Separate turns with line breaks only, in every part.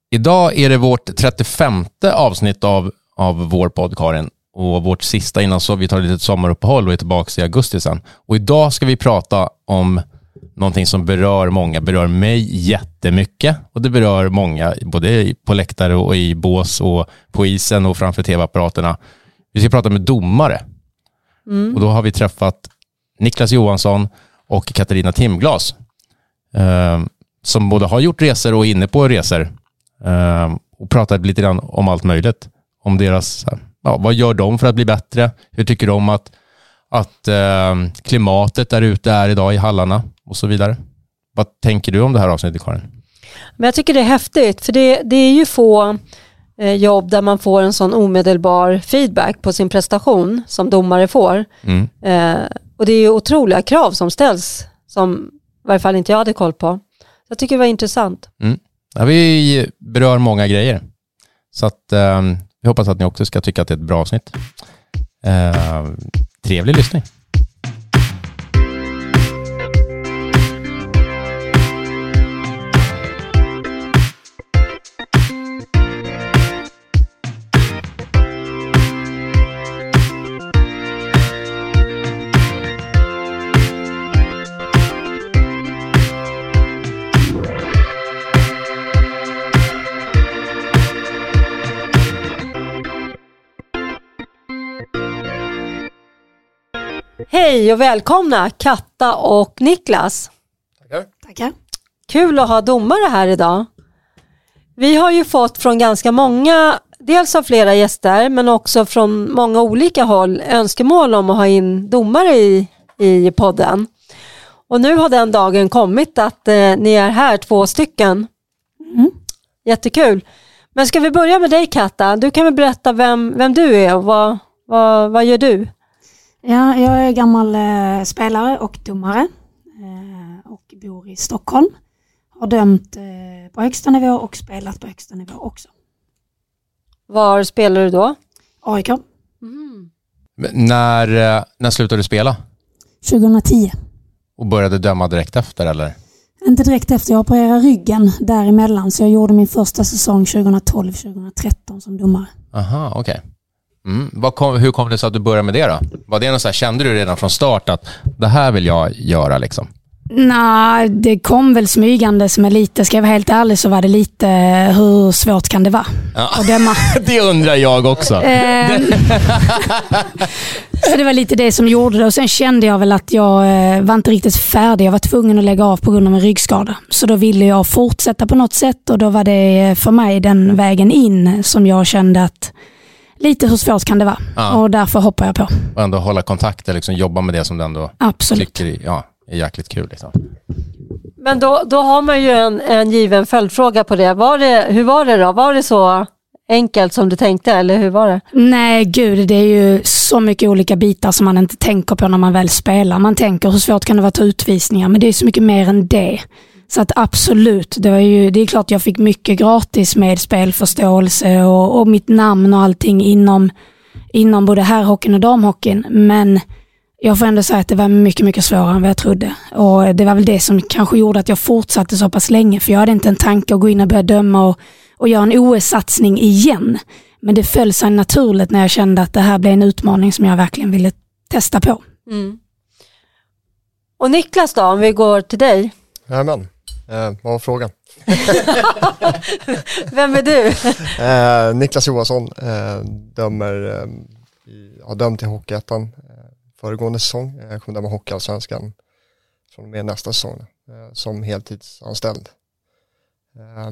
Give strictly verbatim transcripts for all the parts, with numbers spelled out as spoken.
Idag är det vårt trettiofemte avsnitt av, av vår podd, Karin. Och vårt sista innan så vi tar lite sommaruppehåll och är tillbaka i augusti sen. Och idag ska vi prata om någonting som berör många, berör mig jättemycket. Och det berör många, både på läktare och i bås och på isen och framför tv-apparaterna. Vi ska prata med domare. Mm. Och då har vi träffat Niklas Johansson och Katarina Timglas. Eh, som både har gjort resor och är inne på resor. Eh, och pratat lite grann om allt möjligt. Om deras, ja, vad gör de för att bli bättre? Hur tycker de att, att eh, klimatet där ute är idag i hallarna? Och så vidare. Vad tänker du om det här avsnittet, Karin?
Men jag tycker det är häftigt. För det, det är ju få eh, jobb där man får en sån omedelbar feedback på sin prestation som domare får. Mm. Eh, och det är ju otroliga krav som ställs som i varje fall inte jag hade koll på. Så jag tycker det var intressant.
Mm. Ja, vi berör många grejer. Så att, eh, vi hoppas att ni också ska tycka att det är ett bra avsnitt. Eh, trevlig lyssning.
Hej och välkomna Katta och Niklas.
Tackar.
Tackar.
Kul att ha domare här idag. Vi har ju fått från ganska många, dels av flera gäster men också från många olika håll önskemål om att ha in domare i, i podden. Och nu har den dagen kommit att eh, ni är här två stycken. Mm. Jättekul. Men ska vi börja med dig, Katta? Du kan väl berätta vem, vem du är och vad, vad, vad gör du?
Ja, jag är gammal eh, spelare och domare eh, och bor i Stockholm. Har dömt eh, på högsta nivå och spelat på högsta nivå också.
Var spelar du då?
A I K.
Mm. När, när slutade du spela?
tjugohundratio.
Och började döma direkt efter, eller?
Inte direkt efter, jag opererade ryggen däremellan. Så jag gjorde min första säsong tjugotolv tjugotretton som domare.
Aha, okej. Okay. Mm. Vad kom, hur kom det så att du började med det då? Var det något så här, kände du redan från start att det här vill jag göra liksom?
Nej, det kom väl smygandes med lite, ska jag vara helt ärlig så var det lite, hur svårt kan det vara?
Ja. Att döma? Det undrar jag också.
Eh, så det var lite det som gjorde det och sen kände jag väl att jag var inte riktigt färdig, jag var tvungen att lägga av på grund av en ryggskada. Så då ville jag fortsätta på något sätt och då var det för mig den vägen in som jag kände att lite hur svårt kan det vara. Ja. Och därför hoppar jag på.
Och ändå hålla kontakt, liksom jobba med det som du ändå
Absolut.
tycker ja, är jäkligt kul. Liksom.
Men då, då har man ju en, en given följdfråga på det. Var det. Hur var det då? Var det så enkelt som du tänkte eller hur var det?
Nej gud, det är ju så mycket olika bitar som man inte tänker på när man väl spelar. Man tänker hur svårt kan det vara att ta utvisningar, men det är så mycket mer än det. Så att absolut, det, var ju, det är klart jag fick mycket gratis med spelförståelse och, och mitt namn och allting inom, inom både herrhockeyn och damhockeyn. Men jag får ändå säga att det var mycket, mycket svårare än vad jag trodde. Och det var väl det som kanske gjorde att jag fortsatte så pass länge. För jag hade inte en tanke att gå in och börja döma och, och göra en O S-satsning igen. Men det föll sig naturligt när jag kände att det här blev en utmaning som jag verkligen ville testa på.
Mm. Och Niklas då, om vi går till dig.
Jajamän. Eh, vad var frågan?
Vem är du?
eh, Niklas Johansson eh, dömer, eh, i, har dömt i Hockeyettan eh, föregående säsong. Jag kommer döma Hockeyallsvenskan från och med nästa säsong eh, som heltidsanställd. Eh,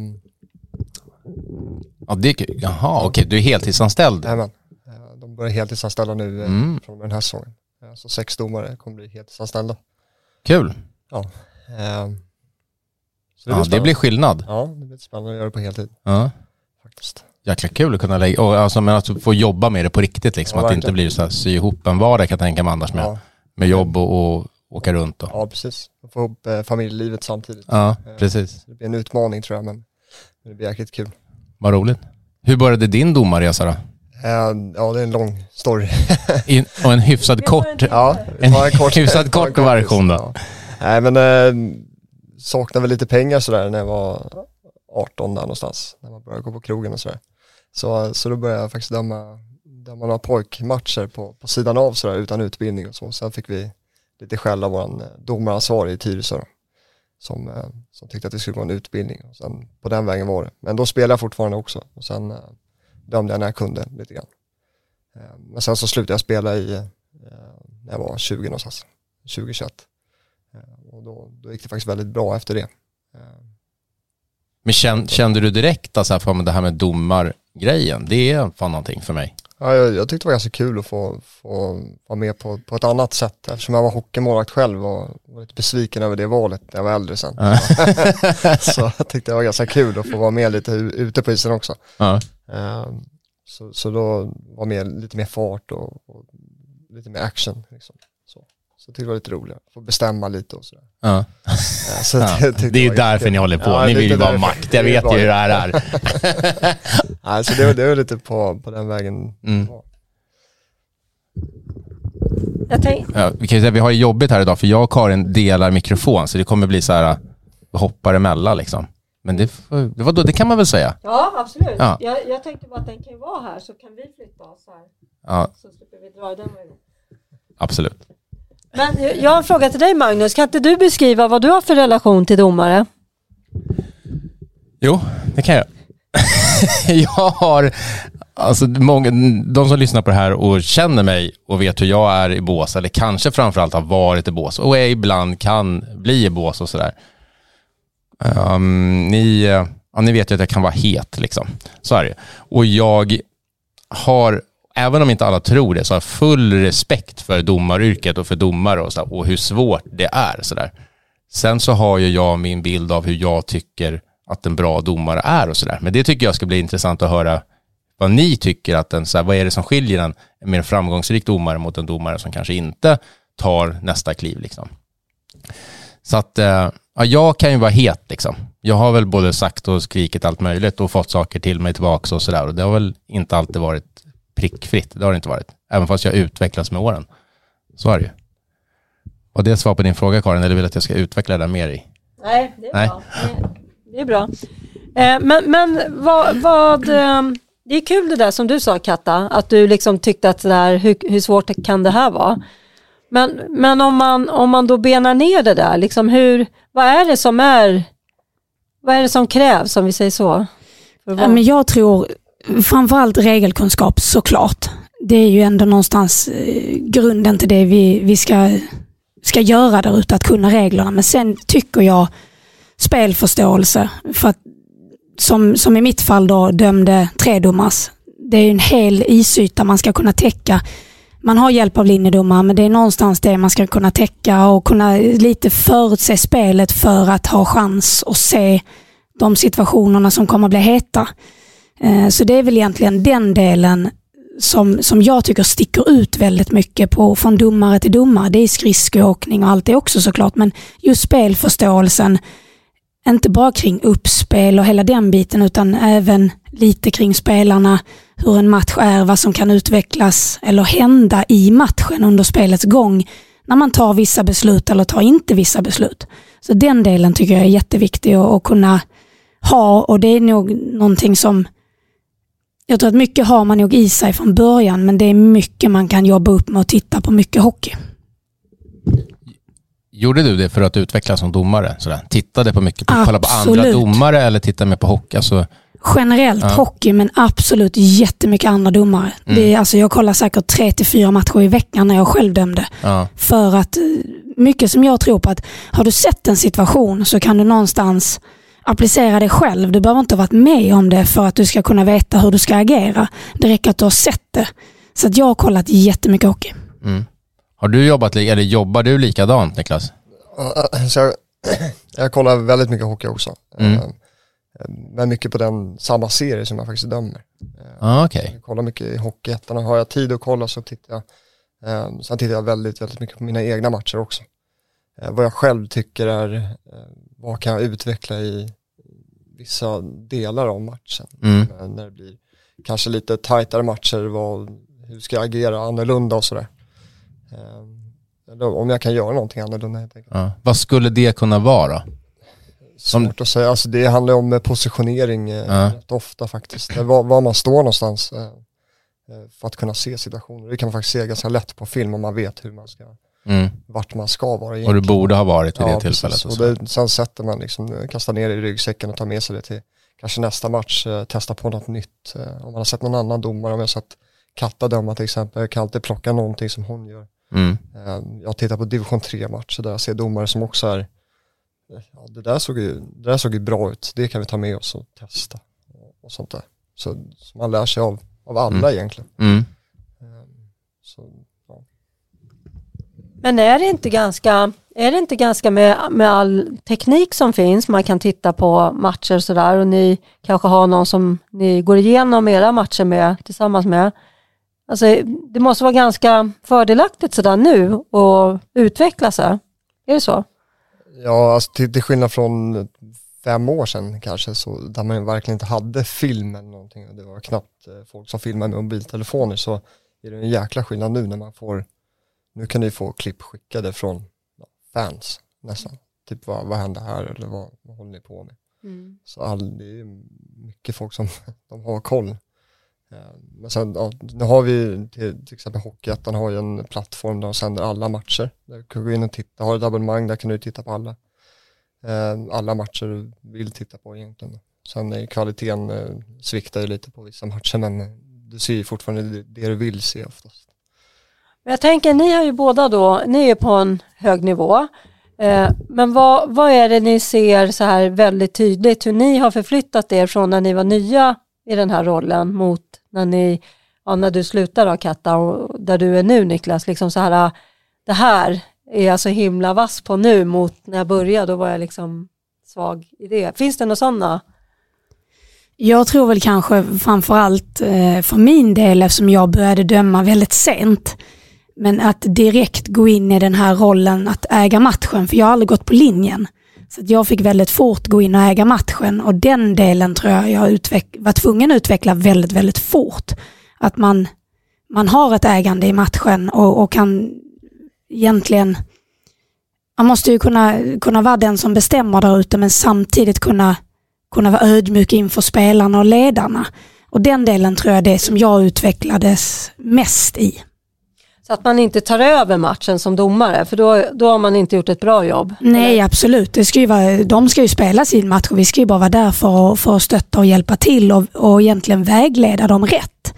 ja, det, jaha, okej, okay. Du är heltidsanställd?
Jajamän. Eh, de börjar heltidsanställa nu eh, mm. från och med den här säsongen. Eh, så sex domare kommer bli heltidsanställda.
Kul.
Ja. Eh,
Det, ja, det blir skillnad.
Ja, det blir spännande att göra det på heltid.
Ja.
Faktiskt.
Jäkla kul att kunna lägga, och alltså, men att få jobba med det på riktigt liksom, ja, att det inte blir så här sy ihop en vardag kan jag tänka mig annars med, ja. med jobb och, och åka runt. Och.
Ja, precis. Och få ihop eh, familjelivet samtidigt.
Ja, precis.
Det blir en utmaning tror jag, men det blir jäkligt kul.
Vad roligt. Hur började din domarresa då?
Ja, det är en lång story.
In, och en hyfsad kort.
Ja,
en, en kort, hyfsad kort, kort version då.
Ja. Nej, men äh, saknade väl lite pengar sådär när jag var arton där någonstans, när man började gå på krogen och sådär. Så, så då började jag faktiskt döma, döma några pojkmatcher på, på sidan av sådär, utan utbildning och så. Sen fick vi lite skäll av vår domaransvarig i Tyresö som, som tyckte att det skulle gå en utbildning. Och sen på den vägen var det. Men då spelade jag fortfarande också. Och sen eh, dömde jag när jag kunde lite grann. Eh, men sen så slutade jag spela i, eh, när jag var tjugo någonstans. tjugo tjugoett. Eh, och då, då gick det faktiskt väldigt bra efter det. Eh,
Men kände, kände du direkt alltså, för det här med domargrejen? Det är fan någonting för mig.
Ja, jag, jag tyckte det var ganska kul att få, få vara med på, på ett annat sätt. Eftersom jag var hockeymålvakt själv och var lite besviken över det valet när jag var äldre sen. Ja. Så jag tyckte det var ganska kul att få vara med lite ute på isen också. Ja. Um, så, så då var med lite mer fart och, och lite mer action. Liksom. Så, så jag tyckte det var lite roligare. Få bestämma lite och sådär. Ja. Ja, så
ja. Det, det är ju därför kul. Ni håller på. Ja, ni vill ju vara makt. Jag vet ju hur det här är.
Ja, så det, det var lite på, på den vägen. Mm.
Jag tänk...
ja, vi kan ju säga vi har ju jobbigt här idag för jag och Karin delar mikrofon så det kommer bli så här hoppar emellan liksom. Men det, det, var då, det kan man väl säga?
Ja, absolut. Ja. Jag, jag tänkte bara att den kan ju vara här så kan vi flytta oss här. Ja. Så slipper vi dra den vägen.
Absolut.
Men jag har en fråga till dig Magnus. Kan inte du beskriva vad du har för relation till domare?
Jo, det kan jag. Jag har, alltså många, de som lyssnar på det här och känner mig och vet hur jag är i bås, eller kanske framförallt har varit i bås och är ibland kan bli i bås och sådär. Um, ni, ja, ni vet ju att jag kan vara het liksom. Så är det. Och jag har, även om inte alla tror det, så har jag full respekt för domaryrket och för domare och, så här, och hur svårt det är. Så där. Sen så har ju jag min bild av hur jag tycker att en bra domare är och sådär. Men det tycker jag ska bli intressant att höra vad ni tycker att en, så här, vad är det som skiljer en mer framgångsrik domare mot en domare som kanske inte tar nästa kliv liksom. Så att ja, jag kan ju vara het liksom. Jag har väl både sagt och skrikit allt möjligt och fått saker till mig tillbaka och sådär. Och det har väl inte alltid varit prickfritt. Det har det inte varit. Även fast jag utvecklas med åren. Så är det ju. Och det är svar på din fråga Karin, eller vill att jag ska utveckla det mer i?
Nej, det är Nej. bra. Det, det är bra. Eh, men men vad, vad eh, det är kul det där som du sa Katta, att du liksom tyckte att det där, hur, hur svårt kan det här vara? Men, men om, man, om man då benar ner det där, liksom hur, vad är det som är, vad är det som krävs om vi säger så?
Ja, men jag tror framförallt regelkunskap såklart. Det är ju ändå någonstans eh, grunden till det vi, vi ska, ska göra där ute, att kunna reglerna. Men sen tycker jag spelförståelse, för att som, som i mitt fall då dömde tredomars. Det är en hel isyta man ska kunna täcka. Man har hjälp av linjedomar, men det är någonstans det man ska kunna täcka och kunna lite förutse spelet för att ha chans att se de situationerna som kommer att bli heta. Så det är väl egentligen den delen som, som jag tycker sticker ut väldigt mycket på, från domare till domare. Det är skridskoåkning och allt det också såklart, men just spelförståelsen, inte bara kring uppspel och hela den biten, utan även lite kring spelarna, hur en match är, vad som kan utvecklas eller hända i matchen under spelets gång när man tar vissa beslut eller tar inte vissa beslut. Så den delen tycker jag är jätteviktig att, att kunna ha, och det är nog någonting som jag tror att mycket har man nog i sig från början, men det är mycket man kan jobba upp med och titta på mycket hockey.
Gjorde du det för att utvecklas som domare? Sådär? Tittade på mycket, på, kolla på andra domare eller tittade mer på hockey? Alltså...
Generellt ja. Hockey, men absolut jättemycket andra domare. Mm. Det är, alltså, jag kollar säkert tre till fyra matcher i veckan när jag själv dömde. Ja. För att mycket som jag tror på, att har du sett en situation så kan du någonstans applicera det själv. Du behöver inte ha varit med om det för att du ska kunna veta hur du ska agera. Det räcker att du har sett det. Så att jag har kollat jättemycket hockey.
Mm. Har du jobbat, eller jobbar du likadant, Niklas?
Så jag, jag kollar väldigt mycket hockey också. Mm. Men mycket på den samma serie som jag faktiskt dömer.
Ah, okay.
Jag kollar mycket i hockeyettan. Har jag tid att kolla så tittar jag. Sen tittar jag väldigt, väldigt mycket på mina egna matcher också. Vad jag själv tycker är, vad kan jag utveckla i vissa delar av matchen. Mm. När det blir kanske lite tajtare matcher, vad, hur ska jag agera annorlunda och sådär. Eller om jag kan göra någonting annorlunda helt enkelt.
Ja. Vad skulle det kunna vara?
Svårt att säga. Alltså det handlar om positionering eh,
Ja.
rätt ofta faktiskt. Var, var man står någonstans eh, för att kunna se situationer. Det kan man faktiskt se ganska lätt på film om man vet hur man ska,
Mm.
vart man ska vara egentligen.
Och du borde ha varit vid
ja,
det tillfället.
precis.
Och
Och
så.
det, sen sätter man liksom, kastar ner det i ryggsäcken och tar med sig det till kanske nästa match, eh, testa på något nytt. Eh, om man har sett någon annan domare, om jag har sett Katta döma till exempel, jag kan alltid plocka någonting som hon gör.
Mm.
Eh, jag tittar på division tre-matcher där jag ser domare som också är, ja, det där såg ju, det där såg ju bra ut, det kan vi ta med oss och testa och, och sånt där. Så, så man lär sig av, av alla
Mm.
egentligen.
Mm.
Eh, så, ja.
Men är det inte ganska, är det inte ganska med, med all teknik som finns, man kan titta på matcher och sådär, och ni kanske har någon som ni går igenom era matcher med tillsammans med. Alltså det måste vara ganska fördelaktigt sådär nu och utveckla sig. Är det så?
Ja, alltså till, till skillnad från fem år sedan kanske, så där man verkligen inte hade film eller någonting och det var knappt eh, folk som filmade med mobiltelefoner, så är det en jäkla skillnad nu när man får, nu kan du få klipp skickade från ja, fans nästan. Typ vad, vad händer här eller vad, vad håller ni på med?
Mm.
Så all, det är mycket folk som de har koll. Men sen, ja, nu har vi till, till exempel Hockeyettan har ju en plattform där de sänder alla matcher. Där kan du gå in och titta, har ett abonnemang, där kan du titta på alla. Eh, alla matcher du vill titta på egentligen. Sen är kvaliteten eh, sviktar ju lite på vissa matcher, men du ser ju fortfarande det, det du vill se oftast.
Men jag tänker, ni har ju båda då, ni är på en hög nivå. Eh, men vad, vad är det ni ser så här väldigt tydligt, hur ni har förflyttat er från när ni var nya i den här rollen mot när ni, ja, när du slutar då Katta, och där du är nu Niklas, liksom så här, det här är jag så himla vass på nu mot när jag började, då var jag liksom svag i det. Finns det några sådana?
Jag tror väl kanske framförallt eh, för min del, eftersom jag började döma väldigt sent, men att direkt gå in i den här rollen att äga matchen, för jag har aldrig gått på linjen. Så att jag fick väldigt fort gå in och äga matchen, och den delen tror jag jag utveck- var tvungen att utveckla väldigt, väldigt fort. Att man, man har ett ägande i matchen och, och kan egentligen, man måste ju kunna, kunna vara den som bestämmer där ute, men samtidigt kunna, kunna vara ödmjuk inför spelarna och ledarna. Och den delen tror jag är det som jag utvecklades mest i.
Så att man inte tar över matchen som domare, för då, då har man inte gjort ett bra jobb.
Nej,
eller?
absolut. Det ska ju vara, de ska ju spela sin match och vi ska ju bara vara där för att, för att stötta och hjälpa till och, och egentligen vägleda dem rätt.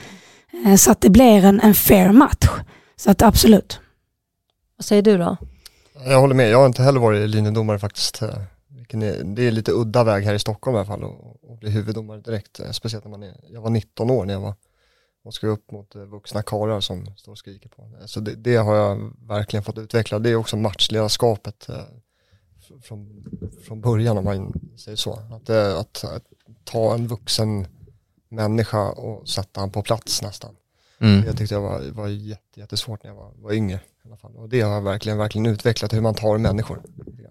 Så att det blir en, en fair match. Så att absolut.
Vad säger du då?
Jag håller med, jag har inte heller varit linjedomare faktiskt. Vilken är, det är lite udda väg här i Stockholm i alla fall att bli huvuddomare direkt. Speciellt när man är, jag var nitton år när jag var och ska upp mot vuxna karlar som står och skriker på. Så det, det har jag verkligen fått utveckla. Det är också matchledarskapet eh, från, från början, om man säger så. Att, eh, att, att ta en vuxen människa och sätta han på plats nästan.
Mm.
Det tyckte jag var, var jätte, jättesvårt när jag var, var yngre. I alla fall. Och det har jag verkligen, verkligen utvecklat, hur man tar människor.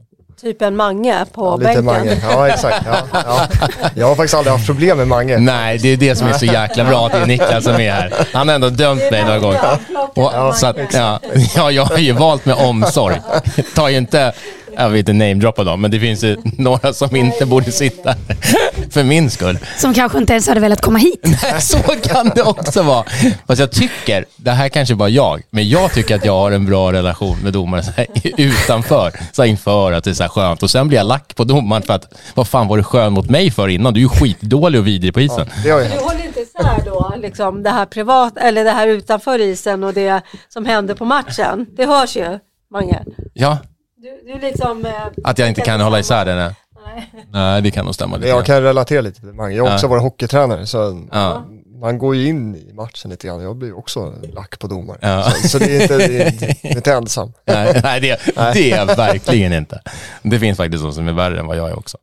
Typ en Mange på
Ja,
bänken.
lite Mange, ja exakt. Ja, ja. Jag har faktiskt aldrig haft problem med Mange.
Nej, det är det som är så jäkla bra att det är Niklas som är här. Han har ändå dömt mig några gånger. Och,
Ja,
så att, ja, ja, jag har ju valt med omsorg. Tar ju inte, jag vill inte namedroppa dem, men det finns ju några som inte borde sitta för min skull.
Som kanske inte ens hade velat komma hit.
Så kan det också vara. Fast jag tycker, det här kanske bara jag, men jag tycker att jag har en bra relation med domare så här, utanför, så här, inför att det är så här skönt. Och sen blir jag lack på domaren för att, vad fan var du skön mot mig för innan? Du är ju skitdålig och vidrig på isen.
Ja, det har jag
Du
hänt.
håller inte isär då, liksom det här privat, eller det här utanför isen och det som händer på matchen. Det hörs ju, Mange.
Ja,
Du, du liksom... Eh,
att jag inte kan hålla isär det. Nej,
Nej.
nej det kan nog stämma lite.
Jag kan relatera lite till Mange. Jag har också
Ja.
varit hockeytränare, så
Ja.
man går ju in i matchen lite grann. Jag blir också lack på domare.
Ja.
Så, så det är inte, det är inte, det är inte ensam.
Nej, nej det, det är jag verkligen inte. Det finns faktiskt de som är värre än vad jag är också.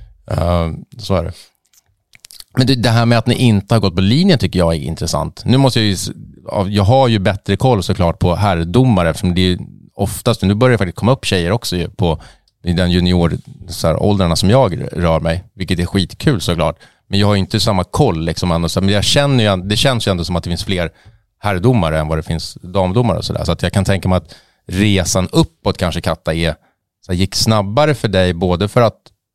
Uh, så är det. Men det, det här med att ni inte har gått på linjen tycker jag är intressant. Nu måste jag ju, jag har ju bättre koll såklart på herrdomare, eftersom det är oftast, nu börjar det faktiskt komma upp tjejer också ju på i den junior så här, åldrarna som jag rör mig, vilket är skitkul såklart. Men jag har ju inte samma koll liksom, annars, men jag känner ju, det känns ju ändå som att det finns fler herrdomare än vad det finns damdomare och sådär. Så att jag kan tänka mig att resan uppåt kanske, Katta, är, så här, gick snabbare för dig, både för att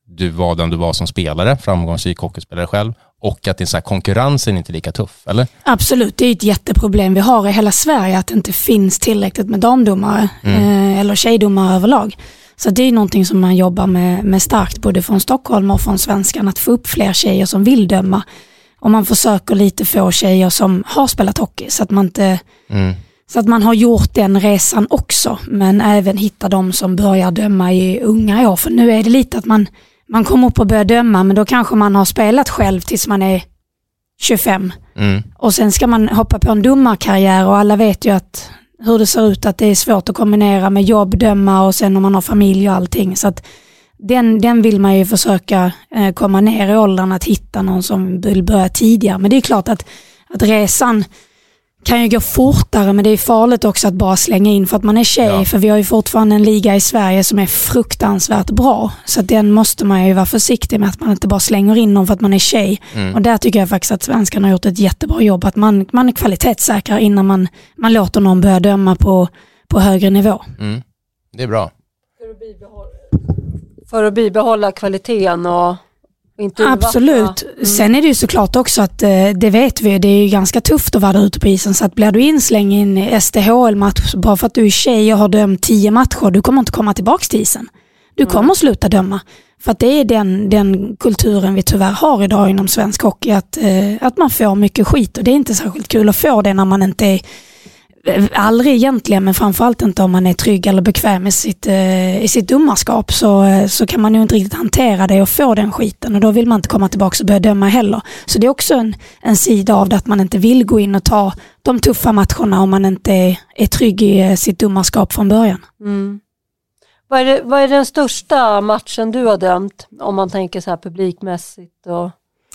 du var den du var som spelare, framgångsrik hockeyspelare själv, och att det är så här, konkurrensen inte är lika tuff, eller?
Absolut, det är ett jätteproblem vi har i hela Sverige, att det inte finns tillräckligt med damdomare mm. eh, eller tjejdomare överlag. Så det är någonting som man jobbar med, med starkt, både från Stockholm och från Svenskan, att få upp fler tjejer som vill döma. Och man försöker lite få tjejer som har spelat hockey, så att man inte... Mm. Så att man har gjort den resan också, men även hitta de som börjar döma i unga år. För nu är det lite att man, man kommer upp och börjar döma, men då kanske man har spelat själv tills man är tjugofem. Mm. Och sen ska man hoppa på en domarkarriär, och alla vet ju att hur det ser ut, att det är svårt att kombinera med jobb, döma och sen om man har familj och allting. Så att den, den vill man ju försöka eh, komma ner i åldern, att hitta någon som vill börja tidigare. Men det är klart att, att resan kan ju gå fortare, men det är farligt också att bara slänga in för att man är tjej, ja. För vi har ju fortfarande en liga i Sverige som är fruktansvärt bra, så att den måste man ju vara försiktig med, att man inte bara slänger in någon för att man är tjej. Mm. Och där tycker jag faktiskt att Svenskan har gjort ett jättebra jobb, att man, man är kvalitetssäkrar innan man, man låter någon börja döma på, på högre nivå.
Mm. Det är bra.
För att bibehålla, för att bibehålla kvaliteten och inte
absolut. Mm. Sen är det ju såklart också att det vet vi, det är ju ganska tufft att vara där ute på isen, så att blir du inslängd i en S T H L-match bara för att du är tjej och har dömt tio matcher, du kommer inte komma tillbaka till isen. Du kommer mm. sluta döma. För att det är den, den kulturen vi tyvärr har idag inom svensk hockey, att, att man får mycket skit, och det är inte särskilt kul att få det när man inte är, aldrig egentligen, men framförallt inte om man är trygg eller bekväm i sitt, eh, i sitt domarskap, så, så kan man ju inte riktigt hantera det och få den skiten, och då vill man inte komma tillbaka och börja döma heller. Så det är också en, en sida av det, att man inte vill gå in och ta de tuffa matcherna om man inte är, är trygg i sitt domarskap från början.
Mm. Vad är, det, vad är den största matchen du har dömt, om man tänker så här publikmässigt? Och...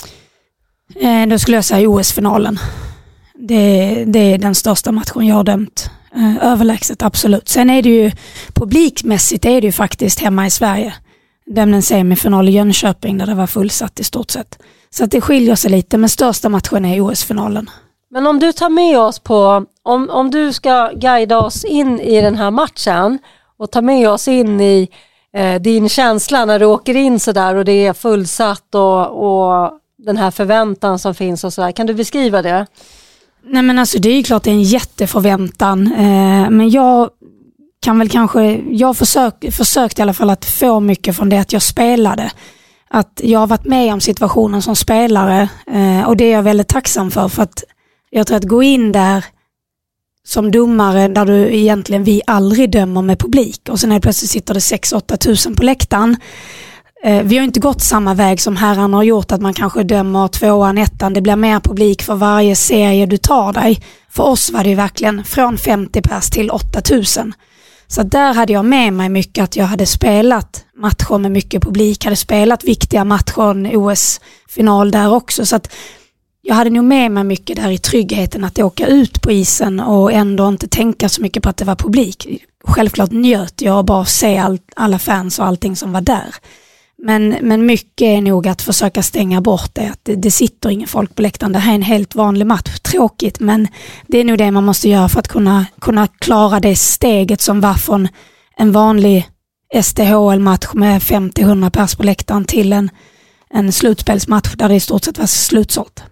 Eh, då skulle jag säga O S-finalen. Det, det är den största matchen jag har dömt. Eh, överlägset, absolut. Sen är det ju publikmässigt är det ju faktiskt hemma i Sverige. Dömde en semifinal i Jönköping där det var fullsatt i stort sett. Så att det skiljer sig lite, men största matchen är O S-finalen.
Men om du tar med oss på, om, om du ska guida oss in i den här matchen och ta med oss in i eh, din känsla när du åker in så där och det är fullsatt och, och den här förväntan som finns och så där. Kan du beskriva det?
Nej, men alltså det är ju klart det är en jätteförväntan, eh, men jag kan väl kanske, jag försök, försökt i alla fall att få mycket från det att jag spelade. Att jag har varit med om situationen som spelare, eh, och det är jag väldigt tacksam för, för att jag tror att gå in där som domare där du egentligen vi aldrig dömer med publik, och sen är det plötsligt sitter det sex åtta tusen på läktaren. Vi har inte gått samma väg som herrarna har gjort, att man kanske dömer tvåan, ettan. Det blir mer publik för varje serie du tar dig. För oss var det ju verkligen från femtio pers till åtta tusen. Så där hade jag med mig mycket, att jag hade spelat matcher med mycket publik. Hade spelat viktiga matcher, O S-final där också. Så att jag hade nog med mig mycket där i tryggheten att åka ut på isen och ändå inte tänka så mycket på att det var publik. Självklart njöt jag bara att se all, alla fans och allting som var där. Men, men mycket är nog att försöka stänga bort det. Att det, det sitter ingen folk på läktaren. Det här är en helt vanlig match. Tråkigt, men det är nog det man måste göra för att kunna, kunna klara det steget som var från en vanlig S T H L-match med femtio till hundra pers på läktaren till en, en slutspelsmatch där det i stort sett var slutsålt.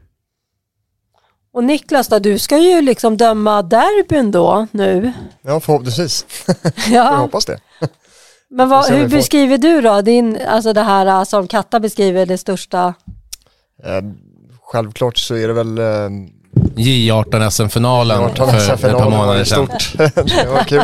Och Niklas då, du ska ju liksom döma derbyn då nu.
Ja, förhoppningsvis.
Ja.
Jag hoppas det.
Men vad, hur beskriver du då din, alltså det här som Katta beskriver, det största?
Eh, självklart så är det väl eh,
J arton S M-finalen för ett par månader sedan.
Det var kul.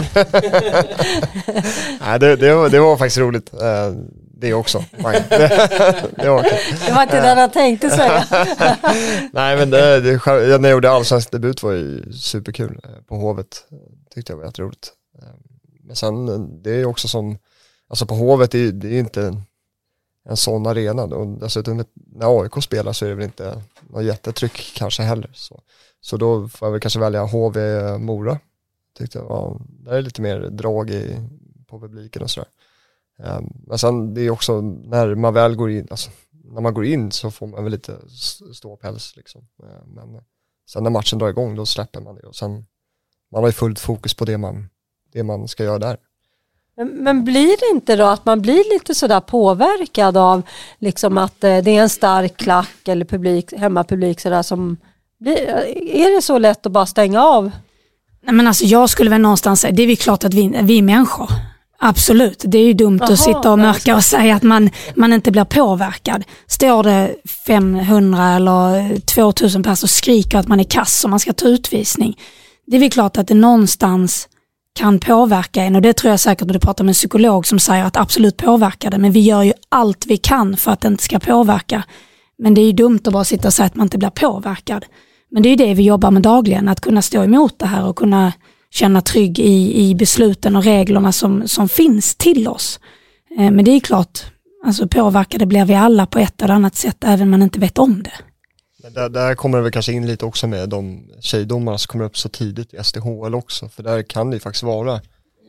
Nej, det, det, var, det var faktiskt roligt. Eh, det också. Nej, det, det var kul.
Det var inte det jag tänkte säga.
Nej, men det, det, när jag gjorde allsvensk debut var ju superkul på Hovet. Tyckte jag var jätteroligt. Men sen, det är också som, alltså på Hovet, det är, det är inte en, en sån arena. Och dessutom när A I K spelar så är det väl inte något jättetryck kanske heller. Så, så då får jag väl kanske välja H V Mora. Tyckte jag, ja, där är lite mer drag i, på publiken och sådär. Um, men sen det är också, när man väl går in, alltså när man går in så får man väl lite ståpäls liksom. Uh, men sen när matchen drar igång då släpper man det. Och sen, man har ju fullt fokus på det man det man ska göra där.
Men, men blir det inte då att man blir lite sådär påverkad av liksom att eh, det är en stark klack eller publik, hemmapublik sådär som blir, är det så lätt att bara stänga av?
Nej, men alltså jag skulle väl någonstans säga, det är väl klart att vi, vi är människor. Absolut, det är ju dumt Aha, att sitta och mörka och säga att man, man inte blir påverkad. Står det femhundra eller tvåtusen personer och skriker att man är kass och man ska ta utvisning. Det är väl klart att det någonstans kan påverka en, och det tror jag säkert att du pratar med en psykolog som säger att absolut påverkar det, men vi gör ju allt vi kan för att det inte ska påverka. Men det är ju dumt att bara sitta och säga att man inte blir påverkad. Men det är ju det vi jobbar med dagligen, att kunna stå emot det här och kunna känna trygg i, i besluten och reglerna som, som finns till oss. Eh, men det är klart, alltså påverkade blir vi alla på ett eller annat sätt, även om man inte vet om det.
Där, där kommer det väl kanske in lite också med de tjejdomarna som kommer upp så tidigt i S D H L också. För där kan det ju faktiskt vara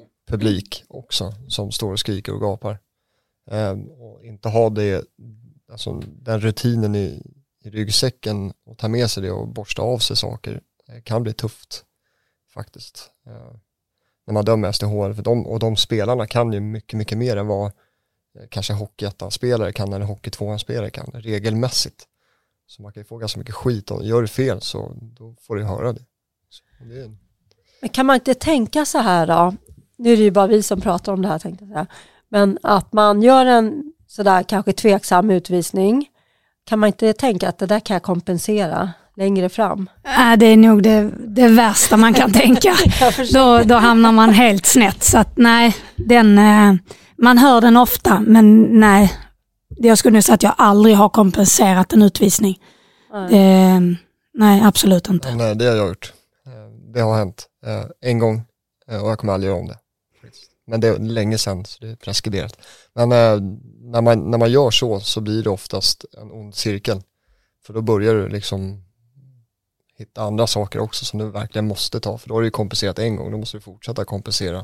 publik också som står och skriker och gapar. Eh, och inte ha det, alltså den rutinen i, i ryggsäcken och ta med sig det och borsta av sig saker eh, kan bli tufft faktiskt. Eh, när man dömer S D H L. För de, och de spelarna kan ju mycket, mycket mer än vad eh, kanske hockeyettan-spelare kan eller hockey tvåan-spelare kan regelmässigt. Så man kan ju få ganska mycket skit och gör du fel så då får du höra det. Så det är...
Men kan man inte tänka så här då? Nu är det ju bara vi som pratar om det här, tänkte jag säga. Men att man gör en sådär kanske tveksam utvisning, kan man inte tänka att det där kan jag kompensera längre fram?
Äh, det är nog det, det värsta man kan tänka. då, då hamnar man helt snett. Så att nej, den, eh, man hör den ofta, men nej. Jag skulle säga att jag aldrig har kompenserat en utvisning. Nej, det, nej absolut inte.
Nej, det har jag gjort. Det har hänt en gång och jag kommer aldrig göra om det. Men det är länge sedan så det är preskriberat. Men när man, när man gör så så blir det oftast en ond cirkel. För då börjar du liksom hitta andra saker också som du verkligen måste ta. För då har du ju kompenserat en gång, då måste du fortsätta kompensera.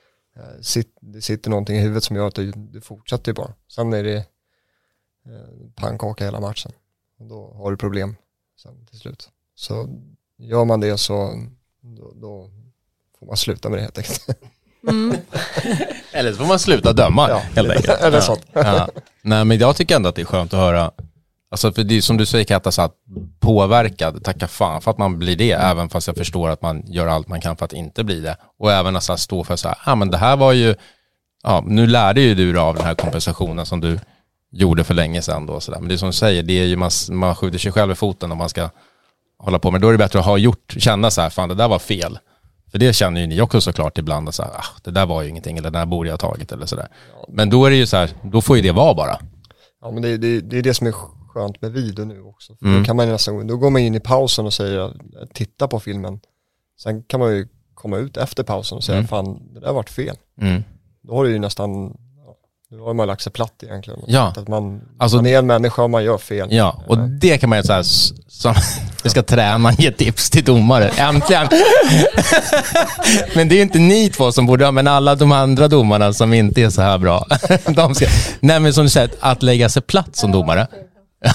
Det sitter någonting i huvudet som gör att du, du fortsätter bara. Sen är det pannkaka hela matchen. Och då har du problem sen till slut. Så gör man det så då, då får man sluta med det helt enkelt.
Mm.
Eller så får man sluta döma ja, helt enkelt.
Eller så.
Ja. Ja. Nej, men jag tycker ändå att det är skönt att höra. Alltså för det, som du säger Katta, så att påverkad, tacka fan för att man blir det, mm. även fast jag förstår att man gör allt man kan för att inte bli det. Och även att alltså, stå för så här, ja men det här var ju, ja nu lärde ju du av den här kompensationen som du gjorde för länge sedan då, så där. Men det är som du säger, det är ju man, man skjuter sig själv i foten om man ska hålla på. Men då är det bättre att ha gjort, känna så här, fan det där var fel. För det känner ju ni också såklart ibland, så här, ah, det där var ju ingenting, eller det där borde jag ha tagit eller sådär. Men då är det ju så här, då får ju det vara bara.
Ja, men det, det, det är det som är skönt med video nu också. För mm. Då kan man nästan, då går man in i pausen och säger, titta på filmen. Sen kan man ju komma ut efter pausen och säga, mm. fan det där har varit fel. Mm. Då har du ju nästan, då har man lagt sig platt egentligen.
Ja.
Att man,
alltså,
man är en människa och man gör fel.
Ja, och det kan man ju så här, som, vi ska träna, ge tips till domare. Äntligen! Men det är ju inte ni två som borde, men alla de andra domarna som inte är så här bra. De ska, nej men som du säger, att lägga sig platt som domare. Ja.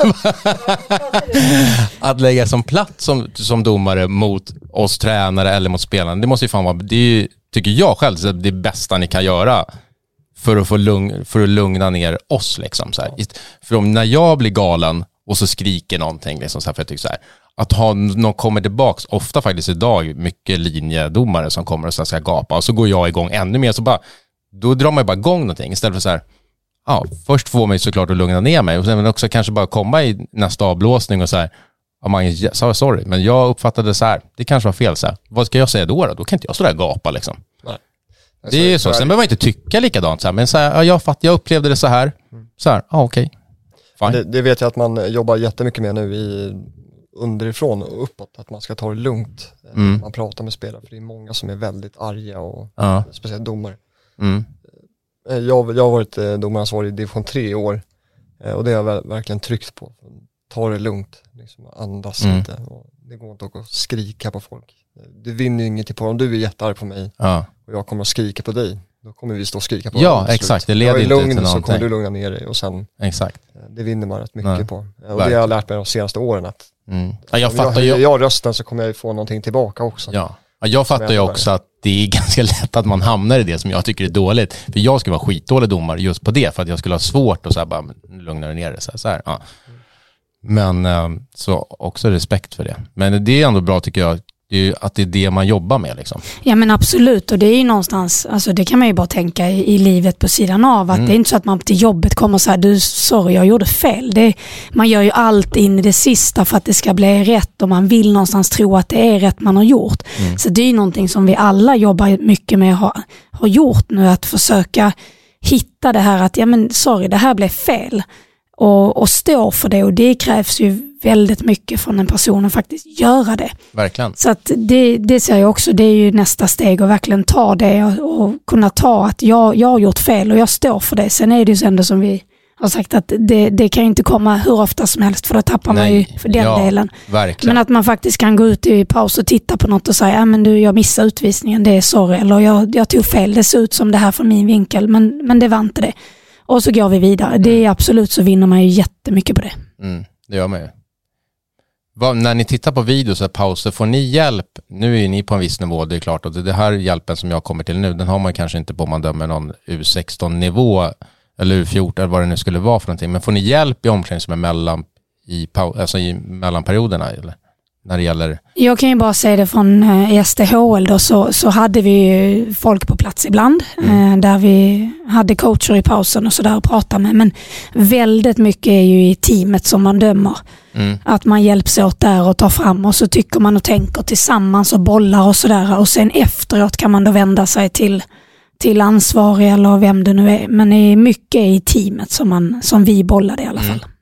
Att lägga som platt som, som domare mot oss tränare eller mot spelarna, det måste ju fan vara, det är ju, tycker jag själv, det bästa ni kan göra för att få lugn, för att lugna ner oss liksom så här. För om när jag blir galen och så skriker någonting liksom så här, för jag tycker så här, att ha någon kommer tillbaks, ofta faktiskt idag mycket linjedomare som kommer och så ska gapa och så går jag igång ännu mer, så bara då drar man ju bara igång någonting istället för så här, ja, först får man såklart att lugna ner mig och sen också kanske bara komma i nästa avblåsning och så här, ja, man sa sorry, men jag uppfattade det så här, det kanske var fel så här. Vad ska jag säga då då? Då kan inte jag stå där och gapa liksom. Nej. Det är ju så. Sen behöver man inte tycka likadant så här, men så här, ja, jag fatt, jag upplevde det så här. Så här, ja okej. Okay.
Det, det vet jag att man jobbar jättemycket med nu i underifrån och uppåt, att man ska ta det lugnt. Mm. Man pratar med spelare, för det är många som är väldigt arga och ja. Speciellt domare. Mm. Jag, jag har varit domaransvarig i division tre i år och det har jag verkligen tryckt på. Ta det lugnt, liksom, andas mm. lite. Och det går inte att skrika på folk. Du vinner ju inget på, om du är jättearg på mig ja. Och jag kommer att skrika på dig, då kommer vi stå och skrika på
ja, exakt, det leder inte till någonting.
Så kommer du lugna ner dig och sen
exakt.
Det vinner man rätt mycket Nej. På. Och Verkligen. Det har jag lärt mig de senaste åren att
mm. ja, jag,
om jag
fattar
höjer
ju.
jag rösten så kommer jag få någonting tillbaka också.
Ja. Ja, jag fattar ju också att det är ganska lätt att man hamnar i det som jag tycker är dåligt. För jag skulle vara skitdålig domare just på det, för att jag skulle ha svårt att så här bara lugna ner det. Så här, så här, ja. Men så också respekt för det. Men det är ändå bra tycker jag, det är ju att det är det man jobbar med liksom.
Ja men absolut, och det är ju någonstans, alltså det kan man ju bara tänka i, i livet på sidan av, att mm. det är inte så att man till jobbet kommer så här, du sorry jag gjorde fel. Det, man gör ju allt in i det sista för att det ska bli rätt, och man vill någonstans tro att det är rätt man har gjort. Mm. Så det är ju någonting som vi alla jobbar mycket med har, har gjort nu, att försöka hitta det här att ja men sorry, det här blev fel. Och, och stå för det, och det krävs ju väldigt mycket från en person att faktiskt göra det.
Verkligen.
Så att det, det ser jag också, det är ju nästa steg att verkligen ta det och, och kunna ta att jag, jag har gjort fel och jag står för det. Sen är det ju ändå som vi har sagt att det, det kan ju inte komma hur ofta som helst, för då tappar Nej. man ju för den ja, delen.
Verkligen.
Men att man faktiskt kan gå ut i paus och titta på något och säga, ja men du, jag missade utvisningen, det är sorry, eller jag, jag tog fel, det ser ut som det här från min vinkel, men, men det var inte det. Och så går vi vidare. Det är absolut, så vinner man ju jättemycket på det.
Mm, det gör man ju. Vad, när ni tittar på videos och pauser, får ni hjälp? Nu är ni på en viss nivå, det är klart. Och det här hjälpen som jag kommer till nu, den har man kanske inte på om man dömer någon U sexton-nivå eller U fjorton eller vad det nu skulle vara för någonting. Men får ni hjälp i omklädningsrummet mellan, i, alltså i mellanperioderna eller? När det gäller... Jag kan ju bara säga det från eh, S T H L då, så, så hade vi ju folk på plats ibland mm. eh, där vi hade coacher i pausen och sådär att prata med, men väldigt mycket är ju i teamet som man dömer. Mm. Att man hjälps åt där och tar fram, och så tycker man och tänker tillsammans och bollar och sådär, och sen efteråt kan man då vända sig till, till ansvarig eller vem det nu är, men det är mycket i teamet som, man, som vi bollade i alla fall. Mm.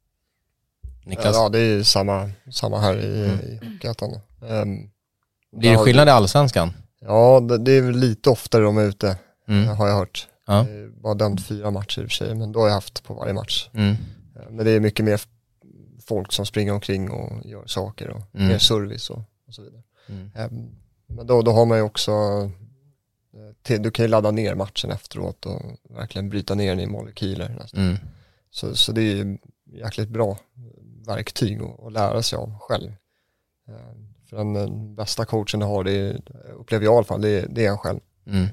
Niklas? Ja, det är samma, samma här i, mm. i Hockeyettan. Um,
Blir det skillnad i Allsvenskan?
Ja, det, det är väl lite oftare de är ute,
mm.
har jag hört.
Ja.
Jag har bara dömt fyra matcher i och för sig, men då har jag haft på varje match.
Mm.
Men det är mycket mer folk som springer omkring och gör saker och mm. mer service och, och så vidare. Mm. Um, men då, då har man ju också, till, du kan ju ladda ner matchen efteråt och verkligen bryta ner den i molekyler nästan. Mm. Så, så det är ju jäkligt bra verktyg att lära sig av själv. För den, den bästa coachen du har, det är, upplever jag i alla fall, det är, det är en själv.
Mm.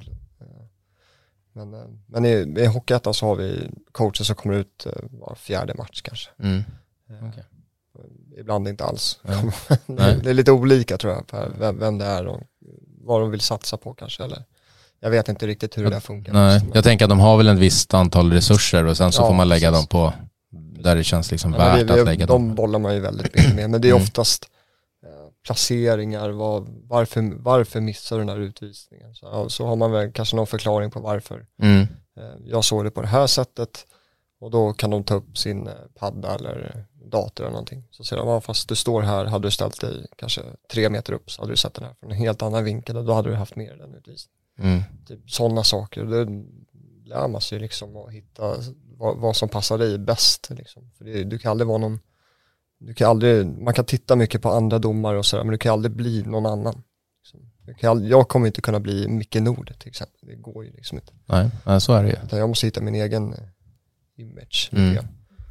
Men, men i, i Hockeyettan så har vi coacher som kommer ut var fjärde match kanske.
Mm. Okay.
Ibland inte alls.
Ja.
Det är lite olika tror jag, vem, vem det är och vad de vill satsa på kanske. Eller, jag vet inte riktigt hur det där funkar.
Nej, jag tänker att de har väl ett visst antal resurser och sen så ja, får man lägga precis. dem på där det känns liksom ja, värt
det,
att lägga
de,
dem.
De bollar man ju väldigt mycket med, men det är mm. oftast eh, placeringar, var, varför, varför missar du den här utvisningen? Så, ja, så har man väl kanske någon förklaring på varför.
Mm.
Eh, jag såg det på det här sättet, och då kan de ta upp sin eh, padda eller dator eller någonting. Så säger de, ja, fast du står här, hade du ställt dig kanske tre meter upp så hade du sett den här från en helt annan vinkel, och då hade du haft mer den utvisningen.
Mm.
Typ sådana saker, det lär man sig liksom att hitta vad, vad som passar dig bäst liksom. För det, du kan aldrig vara någon, du kan aldrig, man kan titta mycket på andra domare och sådär, men du kan aldrig bli någon annan liksom. Du kan aldrig, jag kommer inte kunna bli Micke Nord till exempel, det går ju liksom inte.
Nej, nej så är det ju.
Utan jag måste hitta min egen image.
Mm.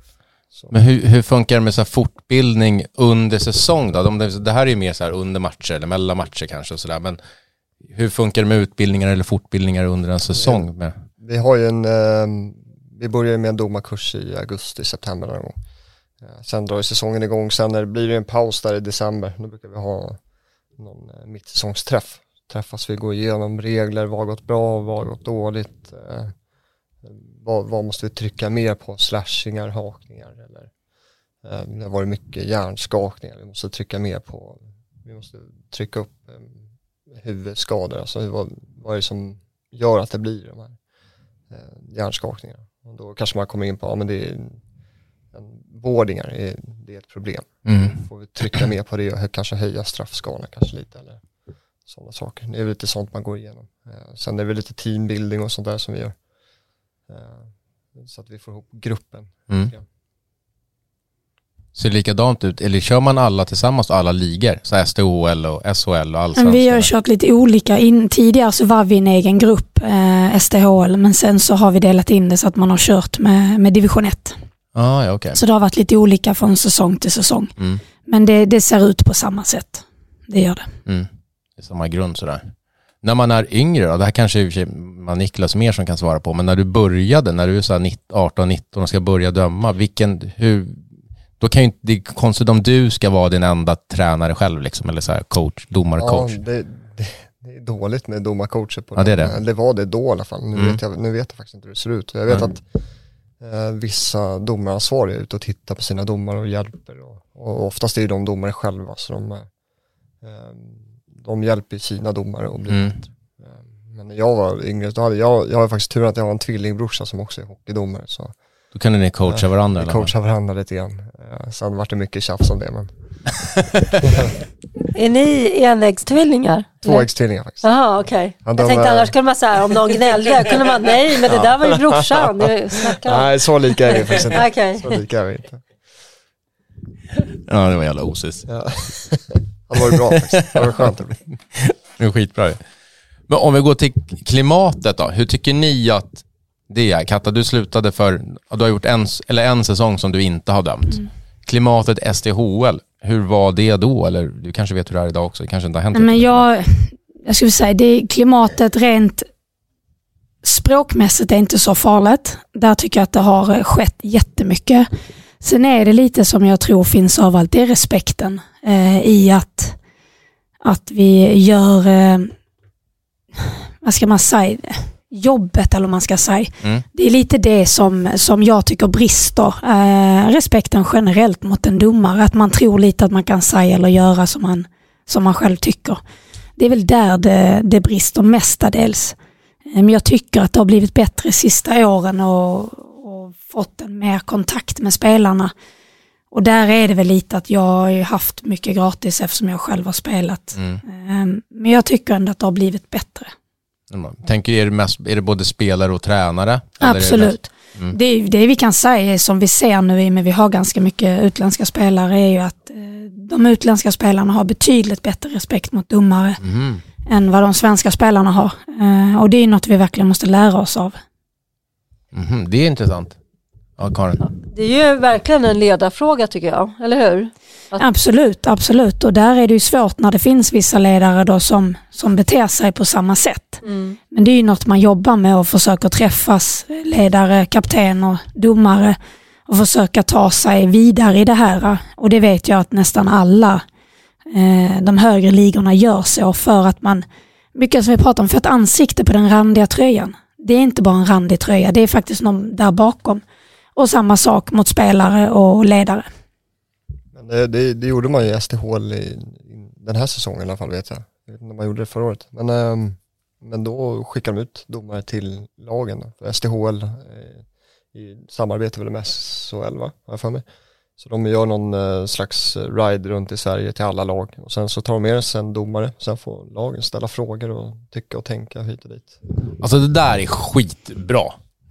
Men hur, hur funkar det med så här fortbildning under säsong då? De, det här är ju mer så här under matcher eller mellan matcher kanske och sådär, men hur funkar det med utbildningar eller fortbildningar under en säsong? Med?
Vi har ju en, eh, vi börjar med en domarkurs i augusti, september någon gång. Eh, sen drar säsongen igång, sen när det blir en paus där i december, då brukar vi ha någon eh, mittsäsongsträff. Träffas vi, går igenom regler, vad har gått bra, vad har gått dåligt, eh, vad, vad måste vi trycka mer på, slashingar, hakningar eller eh, det har varit mycket hjärnskakningar, vi måste trycka mer på, vi måste trycka upp eh, huvudskador, alltså vad, vad är det som gör att det blir de här eh, hjärnskakningarna, och då kanske man kommer in på, ja men det är en, vårdingar, är, det är ett problem.
Mm.
Får vi trycka mer på det och kanske höja straffskalan kanske lite eller sådana saker. Det är lite sånt man går igenom. Eh, sen är det väl lite teambuilding och sånt där som vi gör. Eh, så att vi får ihop gruppen.
Mm. Ser det likadant ut? Eller kör man alla tillsammans och alla ligor? Så S T H L och S H L och allsvenskan?
Vi har kört lite olika. In, tidigare så var vi en egen grupp, eh, S T H L, men sen så har vi delat in det så att man har kört med, med division ett.
Ah, ja, okay.
Så det har varit lite olika från säsong till säsong.
Mm.
Men det, det ser ut på samma sätt. Det gör det.
Mm. samma grund sådär. När man är yngre då, det här kanske är man Niklas mer som kan svara på, men när du började, när du är så arton nitton och ska börja döma, vilken, hur, då kan ju inte, det är konstigt om du ska vara din enda tränare själv liksom, eller så här coach, domarcoach.
Ja, det, det, det är dåligt med domarcoacher på
ja, det. Är
det. Det var det då i alla fall. Nu,
mm.
vet jag, nu vet jag faktiskt inte hur det ser ut. Jag vet mm. att eh, vissa domaransvariga är ute och tittar på sina domare och hjälper. Och, och oftast är det de domare själva, så de, eh, de hjälper sina domare att bli
mm.
bättre. Men när jag var yngre, då hade jag, jag har faktiskt tur att jag har en tvillingbrorsa som också är hockeydomare. Så
då kan ni coacha varandra?
Vi coachar varandra lite grann. Sen var det mycket tjafs om det. Men
är ni enäggstvillingar?
Tvåäggstvillingar faktiskt.
Jaha, okej. Okay.
Ja,
jag tänkte är... annars skulle man säga om någon gnällde, kunde man, nej men det där var ju brorsan.
Nej, så lika är vi faktiskt inte.
Okay.
Så lika är vi inte.
Ja, det var jävla osis.
Ja. Det var ju bra faktiskt. Det var skönt.
Det var skitbra. Men om vi går till klimatet då, hur tycker ni att det är? Katta, du slutade för, du har gjort en, eller en säsong som du inte har dömt. Mm. Klimatet S D H L, hur var det då? Eller du kanske vet hur det är idag också, det kanske inte har hänt.
Men jag, jag skulle säga, det är klimatet rent språkmässigt är inte så farligt. Där tycker jag att det har skett jättemycket. Sen är det lite som jag tror finns av allt, det är respekten eh, i att, att vi gör... Eh, vad ska man säga, jobbet eller vad man ska säga. Mm. Det är lite det som, som jag tycker brister. Eh, respekten generellt mot en domare. Att man tror lite att man kan säga eller göra som man, som man själv tycker. Det är väl där det, det brister mestadels. Eh, men jag tycker att det har blivit bättre sista åren och, och fått en mer kontakt med spelarna. Och där är det väl lite att jag har haft mycket gratis eftersom jag själv har spelat. Mm. Eh, men jag tycker ändå att det har blivit bättre.
Tänker är det mest, är det både spelare och tränare?
Absolut. Det, mm. det, det vi kan säga som vi ser nu, men vi har ganska mycket utländska spelare, är ju att eh, de utländska spelarna har betydligt bättre respekt mot domare mm. än vad de svenska spelarna har. Eh, och det är något vi verkligen måste lära oss av.
Mm, det är intressant. Ja, Karin. Ja,
det är ju verkligen en ledarfråga tycker jag, eller hur? Att...
Absolut, absolut. Och där är det ju svårt när det finns vissa ledare då som, som beter sig på samma sätt. Mm. Men det är ju något man jobbar med och försöker träffas, ledare, kaptener, domare, och försöka ta sig vidare i det här. Och det vet jag att nästan alla eh, de högre ligorna gör så, för att man, mycket som vi pratar om, för ett ansikte på den randiga tröjan. Det är inte bara en randig tröja, det är faktiskt någon där bakom. Och samma sak mot spelare och ledare.
Men det, det, det gjorde man ju i S D H L i, i den här säsongen i alla fall, vet jag. Jag vet inte om man gjorde det förra året. Men, ähm, men då skickade de ut domare till lagen. För S D H L eh, i samarbete med S H L, va? Har jag för mig. Så de gör någon eh, slags ride runt i Sverige till alla lag. Och sen så tar de med sig en domare. Sen får lagen ställa frågor och tycka och tänka hit och dit.
Alltså det där är skitbra.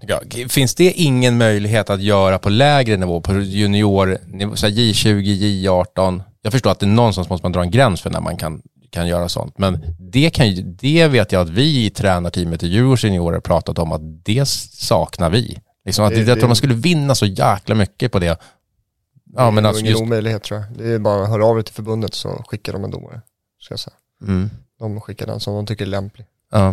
Finns det ingen möjlighet att göra på lägre nivå, på junior, så här J tjugo, J arton? Jag förstår att det någonstans måste man dra en gräns för när man kan, kan göra sånt. Men det, kan, det vet jag att vi i tränarteamet i Djurgårdens juniorer har pratat om, att det saknar vi. Liksom att det, det, jag tror man skulle vinna så jäkla mycket på det. Ja,
det
men
är
alltså
ingen
just...
omöjlighet, tror jag. Det är bara att höra av dig till förbundet så skickar de en domare, ska jag säga. Mm. De skickar den som de tycker är lämplig.
Ja.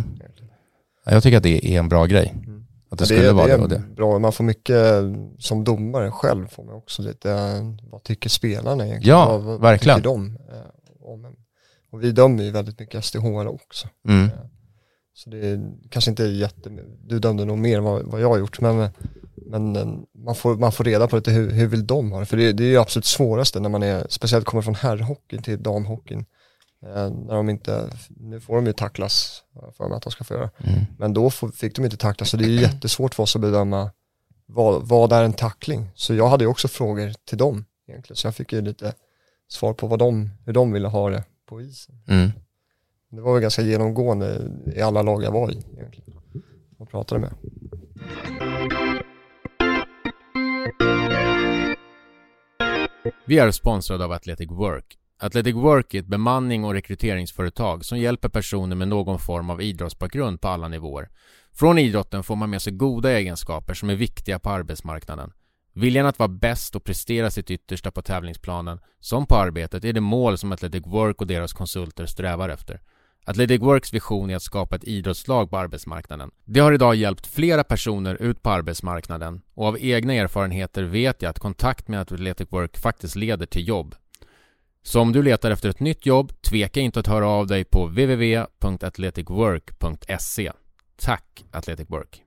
Jag tycker att det är en bra grej. Mm. Att det, det skulle är, vara det, är det.
Bra. Man får mycket som domare själv, får man också lite, vad tycker spelarna egentligen?
Ja,
vad,
verkligen.
Vad tycker de eh, om en? Och vi dömer ju väldigt mycket S D H L också.
Mm.
Eh, så det är, kanske inte är jätte, du dömde nog mer än vad, vad jag har gjort, men, men man, får, man får reda på lite hur, hur vill de ha det? För det, det är ju absolut svåraste när man är, speciellt kommer från herrhockeyn till damhockeyn. Eh, när de inte, nu får de ju tacklas för att de ska få göra. Mm. Men då får, fick de inte tacklas, så det är ju jättesvårt för oss att bedöma vad, vad är en tackling. Så jag hade ju också frågor till dem egentligen, så jag fick ju lite svar på vad de, hur de ville ha det på isen. Mm. Det var väl ganska genomgående i alla lag jag var i egentligen och pratade med.
Vi är sponsrade av Athletic Work. Athletic Work är ett bemanning- och rekryteringsföretag som hjälper personer med någon form av idrottsbakgrund på alla nivåer. Från idrotten får man med sig goda egenskaper som är viktiga på arbetsmarknaden. Viljan att vara bäst och prestera sitt yttersta på tävlingsplanen som på arbetet är det mål som Athletic Work och deras konsulter strävar efter. Athletic Works vision är att skapa ett idrottslag på arbetsmarknaden. Det har idag hjälpt flera personer ut på arbetsmarknaden och av egna erfarenheter vet jag att kontakt med Athletic Work faktiskt leder till jobb. Så om du letar efter ett nytt jobb, tveka inte att höra av dig på w w w punkt athletic work punkt se. Tack Athletic Work!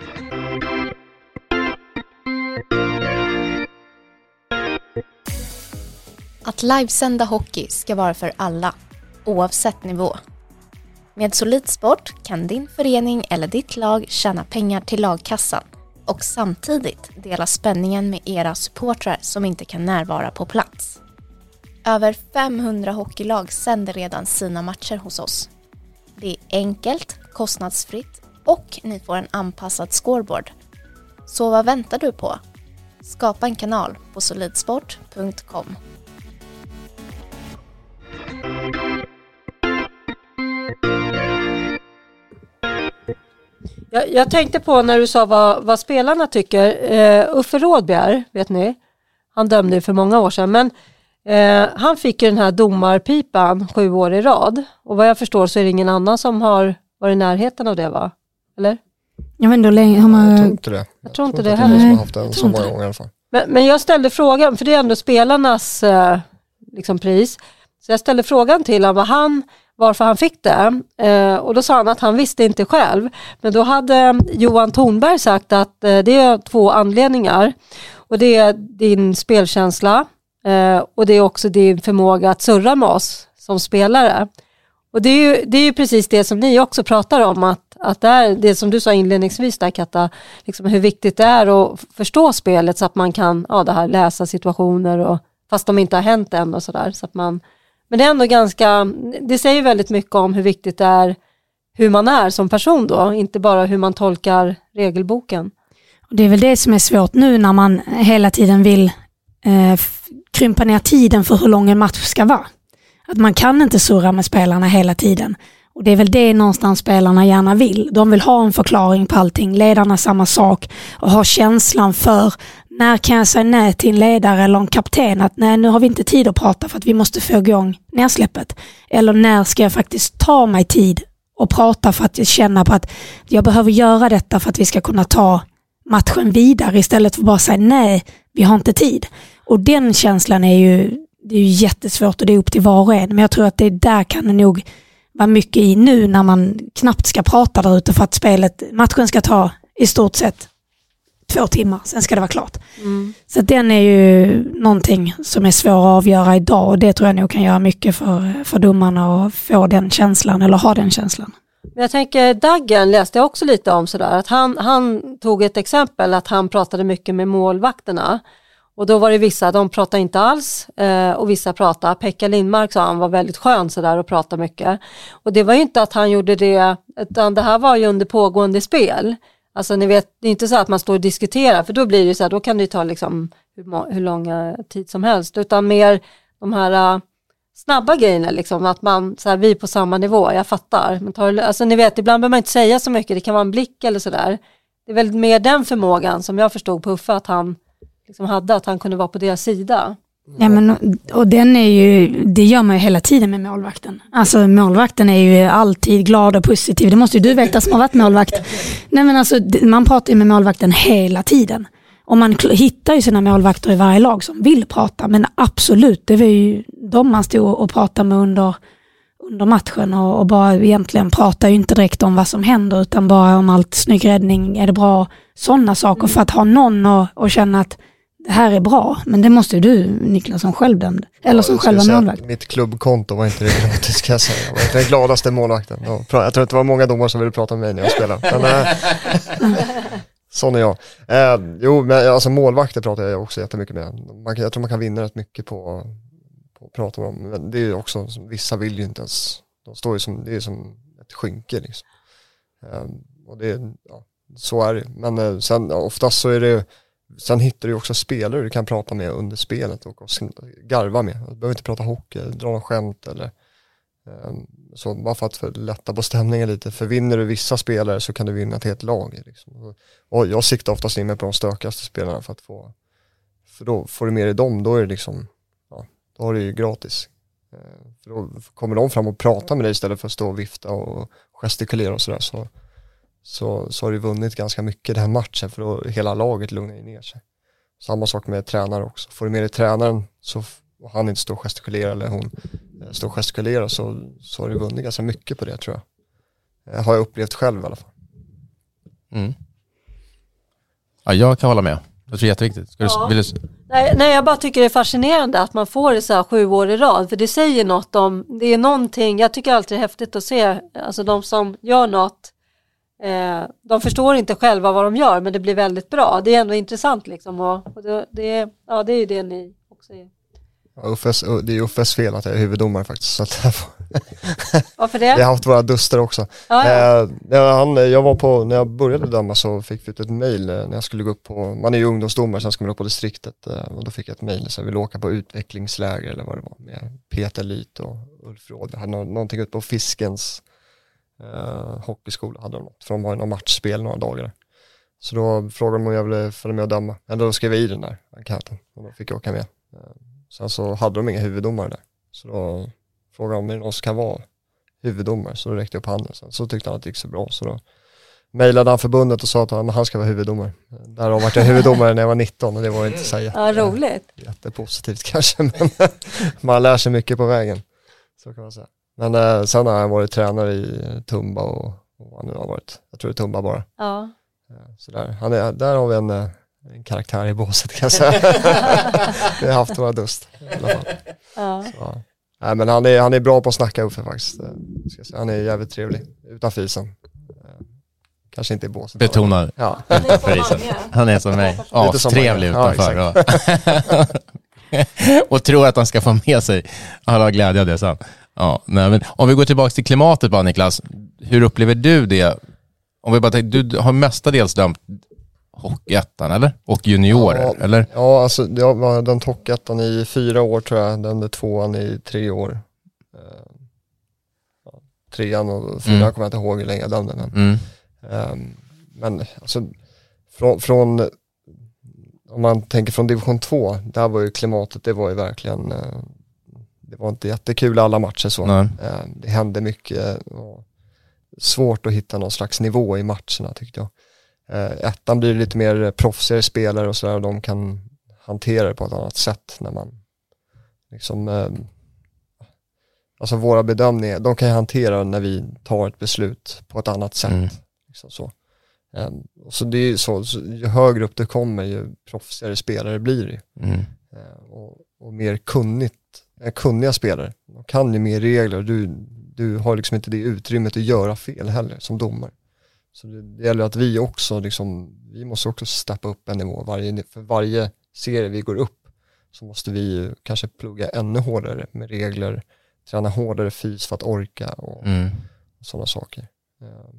Att livesända hockey ska vara för alla, oavsett nivå. Med Solidsport kan din förening eller ditt lag tjäna pengar till lagkassan och samtidigt dela spänningen med era supportrar som inte kan närvara på plats. Över femhundra hockeylag sänder redan sina matcher hos oss. Det är enkelt, kostnadsfritt och ni får en anpassad scoreboard. Så vad väntar du på? Skapa en kanal på solidsport punkt com.
Jag, jag tänkte på när du sa vad, vad spelarna tycker. Uh, Uffe Rådbjer, vet ni? Han dömde för många år sedan. Men uh, han fick ju den här domarpipan sju år i rad. Och vad jag förstår så är det ingen annan som har varit i närheten av det, va? Eller?
Jag vet inte hur länge har man...
Jag tror inte det.
Jag, jag tror inte
det
det
heller.
heller.
Som har haft en så många gånger i alla fall.
Men, men jag ställde frågan, för det är ändå spelarnas uh, liksom pris. Så jag ställde frågan till honom vad han... varför han fick det. Eh, och då sa han att han visste inte själv. Men då hade Johan Thornberg sagt att eh, det är två anledningar. Och det är din spelkänsla. Eh, och det är också din förmåga att surra med oss som spelare. Och det är ju, det är ju precis det som ni också pratar om. Att, att det är det som du sa inledningsvis där, Katta. Liksom hur viktigt det är att förstå spelet så att man kan ja, det här, läsa situationer. Och, fast de inte har hänt än och sådär. Så att man... Men det är ändå ganska, det säger väldigt mycket om hur viktigt det är hur man är som person då, inte bara hur man tolkar regelboken.
Det är väl det som är svårt nu när man hela tiden vill eh, krympa ner tiden för hur lång en match ska vara. Att man kan inte surra med spelarna hela tiden. Och det är väl det någonstans spelarna gärna vill. De vill ha en förklaring på allting, ledarna samma sak och ha känslan för när kan jag säga nej till en ledare eller en kapten att nej, nu har vi inte tid att prata för att vi måste få igång nedsläppet. Eller när ska jag faktiskt ta mig tid och prata för att jag känner på att jag behöver göra detta för att vi ska kunna ta matchen vidare istället för bara säga nej, vi har inte tid. Och den känslan är ju, det är ju jättesvårt och det är upp till var och en. Men jag tror att det där kan det nog vara mycket i nu när man knappt ska prata där ute för att spelet, matchen ska ta i stort sett två timmar, sen ska det vara klart. Mm. Så den är ju någonting som är svår att avgöra idag och det tror jag nog kan göra mycket för, för domarna att få den känslan eller ha den känslan.
Men jag tänker, Daggen läste jag också lite om sådär, att han, han tog ett exempel att han pratade mycket med målvakterna och då var det vissa, de pratade inte alls eh, och vissa pratade. Pekka Lindmark sa han var väldigt skön sådär och pratade mycket. Och det var ju inte att han gjorde det, utan det här var ju under pågående spel. Alltså ni vet, det är inte så att man står och diskuterar för då blir det så här, då kan det ju ta liksom hur, hur långa tid som helst utan mer de här uh, snabba grejerna liksom, att man så här, vi är på samma nivå, jag fattar. Men tar, alltså ni vet, ibland behöver man inte säga så mycket, det kan vara en blick eller sådär. Det är väl mer den förmågan som jag förstod på Uffe att han liksom hade, att han kunde vara på deras sida.
Ja, men, och den är ju, det gör man ju hela tiden med målvakten. Alltså målvakten är ju alltid glad och positiv. Det måste ju du veta som har varit målvakt. Nej, men alltså, man pratar ju med målvakten hela tiden. Och man hittar ju sina målvakter i varje lag som vill prata. Men absolut, det var ju de man stod och pratade med under, under matchen. Och, och bara egentligen pratar ju inte direkt om vad som händer utan bara om allt, snygg räddning, är det bra? Sådana saker för att ha någon och, och känna att det här är bra, men det måste ju du, Niklas, som själv dömde. Eller ja, som själva målvakt.
Mitt klubbkonto var inte det gratis, ska jag säga. Jag var inte den gladaste målvakten. Jag tror inte det var många domare som ville prata med mig när jag spelade. Men, äh, sån är jag. Eh, jo, men alltså målvakter pratar jag också jättemycket med. Man kan, jag tror man kan vinna rätt mycket på, på att prata med dem. Men det är ju också, vissa vill ju inte ens. De står ju som, det är som ett skynke liksom. Eh, och det, ja, så är det. Men eh, sen oftast så är det. Sen hittar du också spelare du kan prata med under spelet och garva med. Du behöver inte prata hockey, dra någon skämt eller um, så, bara för att för lätta på stämningen lite. För vinner du vissa spelare så kan du vinna ett helt lag. Liksom. Och jag siktar oftast in mig på de stökigaste spelarna för att få, för då får du med dig dem, då är det liksom, ja, då har du ju gratis. För då kommer de fram och pratar med dig istället för att stå och vifta och gestikulera och sådär. Så, så, så har du vunnit ganska mycket den här matchen för då hela laget lugnar ner sig. Samma sak med tränare också. Får du med dig tränaren så och han inte står och gestikulerar eller hon står och gestikulerar så, så har du vunnit ganska mycket på det tror jag. Det har jag upplevt själv i alla fall.
Mm. Ja, jag kan hålla med. Jag tror det är jätteviktigt. Ska
Ja.
du, vill du...
Nej, nej, jag bara tycker det är fascinerande att man får det så här sju år i rad. För det säger något om, det är någonting, jag tycker alltid det är häftigt att se, alltså de som gör något, eh, de förstår inte själva vad de gör, men det blir väldigt bra. Det är ändå intressant liksom. Och, och det, det, är, ja, det är ju det ni också är.
Ja, Uffes, det är Uffes fel att jag är huvuddomare faktiskt. Så att
Varför det?
vi har haft våra duster också.
Ja, ja.
Eh, när, han, jag var på, när jag började döma så fick vi ett mejl när jag skulle gå upp på, man är ju ungdomsdomare, sen ska man upp på distriktet eh, och då fick jag ett mejl så jag ville åka på utvecklingsläger eller vad det var med Peter Lyt och Ulf Råd. Jag hade nå, någonting ut på Fiskens eh, hockeyskola, hade de något, för de har ju någon matchspel några dagar. Så då frågade de om jag ville följa med och döma, eller då skrev jag i den där enkäten och då fick jag åka med. Eh, sen så hade de inga huvuddomare där, så då frågade om det någon som kan vara huvuddomare, så då räckte jag upp handen. Sen så tyckte han att det gick så bra, så då mejlade han förbundet och sa att han, han ska vara huvuddomare. Där har varit jag huvuddomare när jag var nitton och det var inte så jätte,
Ja, roligt.
jättepositivt kanske, men man lär sig mycket på vägen. Så kan man säga. Men eh, sen har jag varit tränare i Tumba och, och han nu har varit, jag tror det är Tumba bara.
Ja.
Så där, han är, där har vi en, en karaktär i båset kan jag säga. Vi har haft våra dust i alla fall.
Ja.
Så. Nej, men han är, han är bra på att snacka Uffe faktiskt. Ska jag säga. Han är jävligt trevlig utanför isen. Kanske inte i båset.
Betonar
Ja.
utanför isen. Han är som mig. Ja, trevlig utanför. Ja, och tror att han ska få med sig alla glädje av det sen. Ja, nej, men om vi går tillbaka till klimatet bara, Niklas. Hur upplever du det? Om vi bara tänker, du har mestadels dömt hockeyettan, eller? Och juniorer,
Ja,
eller?
Ja, alltså jag var den hockeyettan i fyra år tror jag. Den där tvåan i tre år. Uh, ja, trean och fyran mm. kommer jag inte ihåg hur länge jag dömde. Men,
mm.
um, men alltså från, från om man tänker från division två, där var ju klimatet, det var ju verkligen uh, det var inte jättekul alla matcher så. Uh, det hände mycket och svårt att hitta någon slags nivå i matcherna tyckte jag. Uh, ettan blir lite mer proffsigare spelare och sådär och de kan hantera det på ett annat sätt när man liksom uh, alltså våra bedömningar, de kan ju hantera när vi tar ett beslut på ett annat sätt. Mm. Liksom så. Um, och så det är så, så ju högre upp det kommer ju proffsigare spelare blir det.
Mm.
Uh, och, och mer kunnigt, uh, kunniga spelare. De kan ju mer regler. Du, du har liksom inte det utrymmet att göra fel heller som domare. Så det, det gäller att vi också liksom, vi måste också steppa upp en nivå. Varje, för varje serie vi går upp så måste vi kanske plugga ännu hårdare med regler, träna hårdare fys för att orka och,
mm.
och sådana saker. Uh,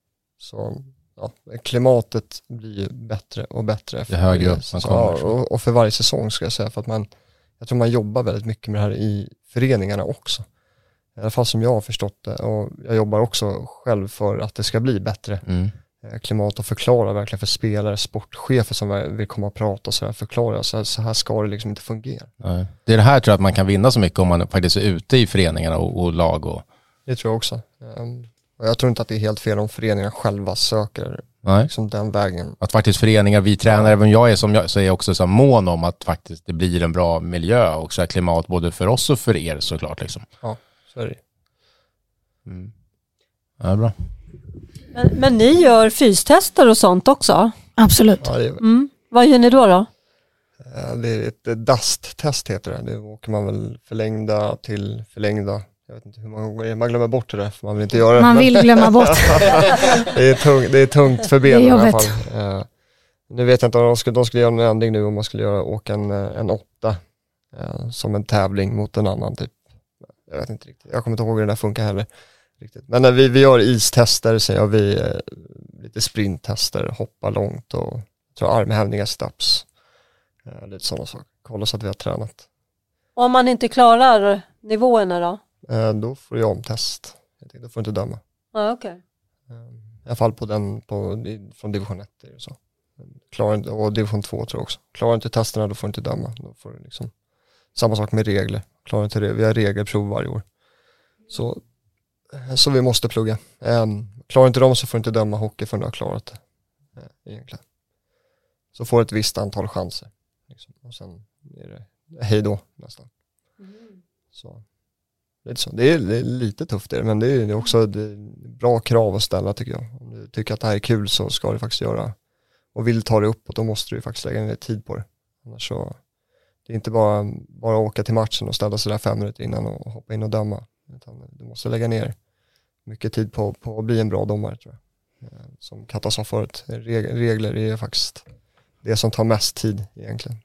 så ja, klimatet blir ju bättre och bättre.
Det högre upp man kommer.
Ja, och, och för varje säsong ska jag säga, för att man, jag tror man jobbar väldigt mycket med det här i föreningarna också. I alla fall som jag har förstått det, och jag jobbar också själv för att det ska bli bättre
mm.
klimat och förklara verkligen för spelare, sportchefer som vill komma och prata och så här, förklara så här, så här ska det liksom inte fungera.
Nej. Det är det här tror jag att man kan vinna så mycket om man faktiskt är ute i föreningarna och, och lag. Och...
Det tror jag också. Um, och jag tror inte att det är helt fel om föreningarna själva söker liksom den vägen.
Att faktiskt föreningar, vi tränare, även jag är som jag, så är jag också så mån om att faktiskt det blir en bra miljö och så här klimat både för oss och för er såklart. Liksom.
Ja, så är det.
Mm. Ja, bra.
Men, men ni gör fystester och sånt också?
Absolut.
Ja, det är...
mm. Vad gör ni då då?
Det är ett dust-test heter det. Det åker man väl förlängda till förlängda. Jag vet inte hur många gånger man glömmer bort det där, för man vill inte göra det.
Man vill glömma bort.
det, är tungt, det är tungt för benen i alla
jobbigt.
fall. Uh, nu vet jag inte om de skulle, de skulle göra en ändring nu om man skulle göra, åka en, en åtta uh, som en tävling mot en annan typ. Jag vet inte riktigt. Jag kommer inte ihåg hur det där funkar heller. Riktigt. Men när vi, vi gör istester så gör vi uh, lite sprinttester, hoppa långt och tror armhävningar, steps. Uh, lite sådana saker. Kolla så att vi har tränat.
Om man inte klarar nivåerna då?
Uh, då får jag omtest. Då får du inte döma.
Ja, okej. Okay.
I alla fall på den på, från division ett är det så. Klarar inte, och division två tror jag också. Klarar inte testerna, då får du inte döma. Då får du liksom Samma sak med regler. Klarar inte det. Vi har regelprov varje år. Så, så vi måste plugga. Um, klarar inte dem så får du inte döma hockey förrän du har klarat det. Uh, egentligen. Så får du ett visst antal chanser. Liksom. Och sen är det hej då nästan. Mm. Så. Lite så. Det, är, det är lite tufft det, men det är, det är också det är bra krav att ställa tycker jag. Om du tycker att det här är kul så ska du faktiskt göra och vill ta det upp och då måste du faktiskt lägga ner tid på det. Annars så det är inte bara, bara åka till matchen och ställa sig där fem minuter innan och hoppa in och döma. Utan du måste lägga ner mycket tid på, på att bli en bra domare tror jag. Som Katta sa förut, regler är faktiskt det som tar mest tid egentligen.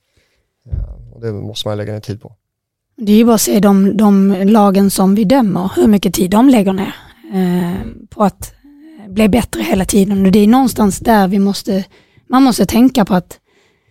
Och det måste man lägga ner tid på.
Det är ju bara att se de, de lagen som vi dömer, hur mycket tid de lägger ner eh, på att bli bättre hela tiden. Och det är någonstans där vi måste, man måste tänka på att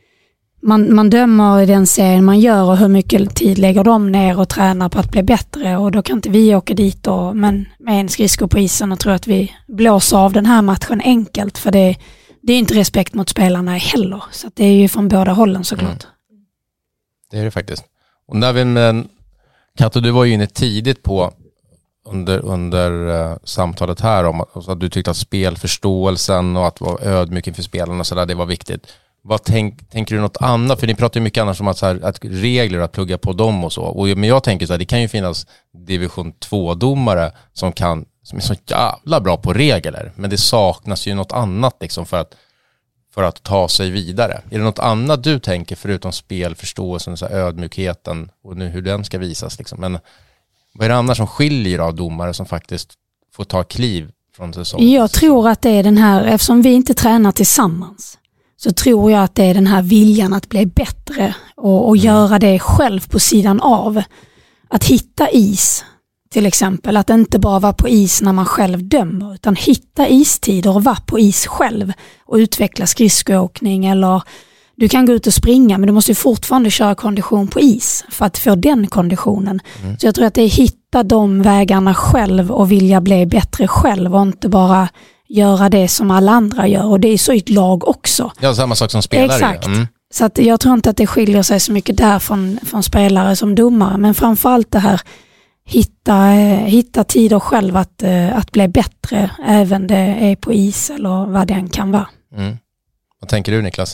man, man dömer den serien man gör och hur mycket tid lägger de ner och tränar på att bli bättre. Och då kan inte vi åka dit och, men med en skridsko på isen och tro att vi blåser av den här matchen enkelt. För det, det är inte respekt mot spelarna heller. Så att det är ju från båda hållen såklart. Mm.
Det är det faktiskt. Och när vi med Kato, du var ju inne tidigt på under, under uh, samtalet här om att, att du tyckte att spelförståelsen och att vara ödmjuk inför spelarna och så där, det var viktigt. Vad tänk, tänker du något annat? För ni pratar ju mycket annars om att, så här, att regler, att plugga på dem och så. Och, men jag tänker så här, det kan ju finnas division två-domare som, kan, som är så jävla bra på regler. Men det saknas ju något annat liksom för att för att ta sig vidare. Är det något annat du tänker förutom spelförståelsen, så här ödmjukheten och nu hur den ska visas liksom? Men vad är det annars som skiljer av domare som faktiskt får ta kliv från säsongen?
Jag tror att det är den här, eftersom vi inte tränar tillsammans, så tror jag att det är den här viljan att bli bättre och, och mm. göra det själv på sidan av. Att hitta is till exempel, att inte bara vara på is när man själv dömer, utan hitta istider och vara på is själv och utveckla skridskoåkning, eller du kan gå ut och springa men du måste ju fortfarande köra kondition på is för att få den konditionen. Mm. Så jag tror att det är hitta de vägarna själv och vilja bli bättre själv och inte bara göra det som alla andra gör, och det är så i ett lag också.
Ja, samma sak som spelare.
Exakt. Mm. Så att jag tror inte att det skiljer sig så mycket där från, från spelare som domare, men framförallt det här Hitta, hitta tider själv att, att bli bättre, även det är på is eller vad den kan vara.
Mm. Vad tänker du, Niklas?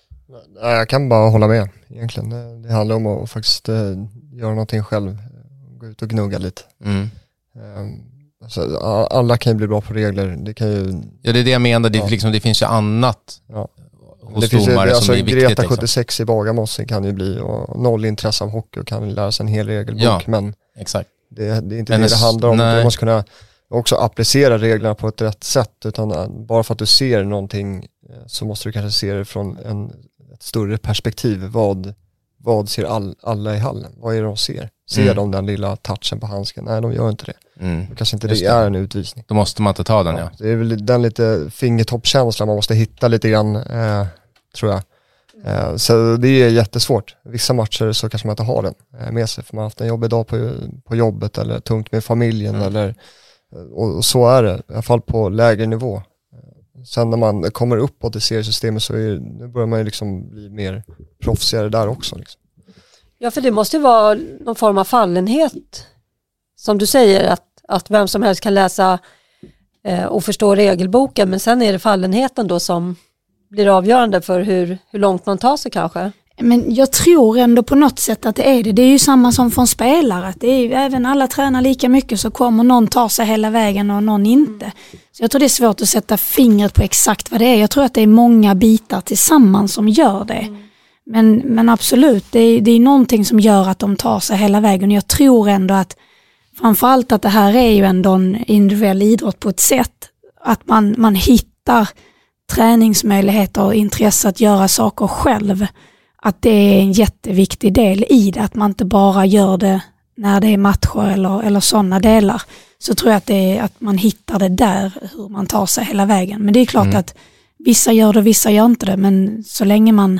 Jag kan bara hålla med egentligen. Det, det handlar om att faktiskt uh, göra någonting själv, gå ut och gnugga lite. Mm. Um, alltså, alla kan ju bli bra på regler. Det kan ju,
ja, det är det jag menar. Det, ja. liksom, det finns ju annat ja. hos
det finns
domare
ju,
som
alltså,
är viktigt.
Greta
liksom.
sjuttiosex i Bagarmossen kan ju bli, och noll intresse av hockey och kan lära sig en hel regelbok. Ja, men
exakt.
Det, det är inte det det handlar om. Nej. Du måste kunna också applicera reglerna på ett rätt sätt, utan bara för att du ser någonting så måste du kanske se det från en, ett större perspektiv. Vad, vad ser all, alla i hallen? Vad är det de ser? Ser mm. de den lilla touchen på handsken? Nej, de gör inte det. Mm. Då kanske inte det, det är en utvisning.
Då måste man inte ta den, ja. ja.
Det är väl den lite fingertoppkänslan man måste hitta lite grann, eh, tror jag. Uh, så det är jättesvårt. Vissa matcher så kanske man inte har den uh, med sig, för man har haft en jobbig dag på, på jobbet eller tungt med familjen mm. eller, och, och så är det, i alla fall på lägre nivå. Uh, sen när man kommer uppåt i seriesystemet så är, nu börjar man ju liksom bli mer proffsigare där också. Liksom.
Ja, för det måste ju vara någon form av fallenhet, som du säger, att, att vem som helst kan läsa uh, och förstå regelboken, men sen är det fallenheten då som blir avgörande för hur, hur långt man tar sig kanske.
Men jag tror ändå på något sätt att det är det. Det är ju samma som från spelare. Att det är ju, även alla tränar lika mycket så kommer någon ta sig hela vägen och någon inte. Så jag tror det är svårt att sätta fingret på exakt vad det är. Jag tror att det är många bitar tillsammans som gör det. Mm. Men, men absolut, det är, det är någonting som gör att de tar sig hela vägen. Jag tror ändå att framförallt att det här är ju ändå en individuell idrott på ett sätt. Att man, man hittar träningsmöjligheter och intresse att göra saker själv, att det är en jätteviktig del i det, att man inte bara gör det när det är matcher eller, eller sådana delar, så tror jag att, det är, att man hittar det där, hur man tar sig hela vägen. Men det är klart mm. att vissa gör det och vissa gör inte det, men så länge man,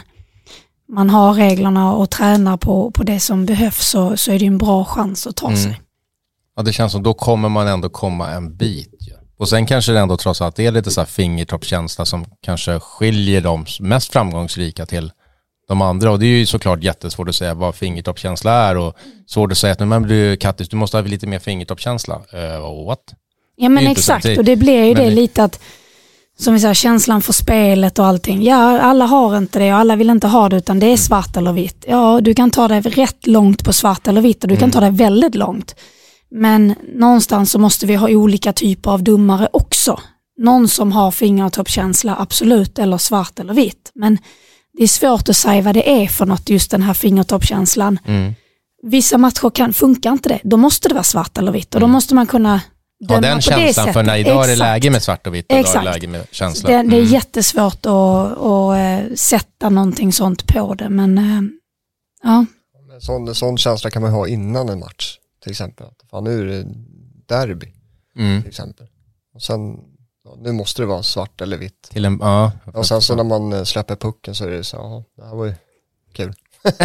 man har reglerna och tränar på, på det som behövs så, så är det en bra chans att ta mm. sig.
Ja, det känns som då kommer man ändå komma en bit. Ja. Och sen kanske det ändå trots allt det är lite så här fingertoppskänsla som kanske skiljer de mest framgångsrika till de andra. Och det är ju såklart jättesvårt att säga vad fingertoppskänsla är och svårt att säga att men du, Kattis, du måste ha lite mer fingertoppskänsla. Uh, what?
Ja men exakt, och det blir ju det, det lite att som vi säger, känslan för spelet och allting. Ja, alla har inte det och alla vill inte ha det utan det är svart eller vitt. Ja, du kan ta det rätt långt på svart eller vitt och du mm. kan ta det väldigt långt. Men någonstans så måste vi ha olika typer av domare också. Någon som har fingertoppskänsla, absolut, eller svart eller vitt. Men det är svårt att säga vad det är för något, just den här fingertoppskänslan. Mm. Vissa matcher kan, funkar inte det. Då måste det vara svart eller vitt och då måste man kunna
ja, den känslan, för när idag Exakt. är det läge med svart och vitt och idag är det läge med känsla.
Det, det är mm. jättesvårt att, att uh, sätta någonting sånt på det, men uh, ja.
En sån, sån känsla kan man ha innan en match, till exempel. Fan, nu är det derby, mm. till exempel. Och sen, ja, nu måste det vara svart eller vitt.
Till en, ja,
och sen så när man släpper pucken så är det så, ja, det här var ju kul.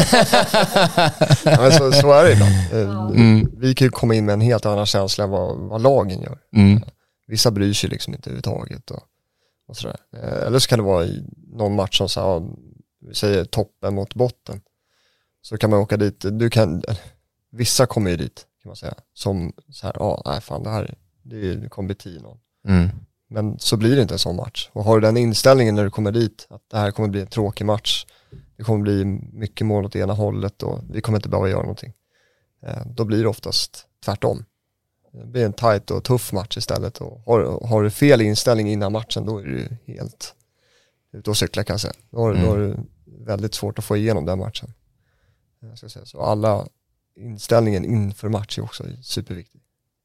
ja, men så, så är det ibland. Mm. Vi kan ju komma in med en helt annan känsla än vad, vad lagen gör. Mm. Vissa bryr sig liksom inte överhuvudtaget. Och, och sådär. Eller så kan det vara i någon match som så här, vi säger toppen mot botten. Så kan man åka dit. Du kan, vissa kommer ju dit kan man säga. Som så här, ja, nej fan det här det, det kommer bli tio noll. Mm. Men så blir det inte en sån match. Och har du den inställningen när du kommer dit att det här kommer bli en tråkig match. Det kommer bli mycket mål åt ena hållet och vi kommer inte behöva göra någonting. Eh, då blir det oftast tvärtom. Det blir en tight och tuff match istället. Och har, har du fel inställning innan matchen då är du helt ute och cykla kan jag säga. Då har, mm. då har du väldigt svårt att få igenom den matchen. Jag ska säga. Så alla inställningen inför match är också superviktig.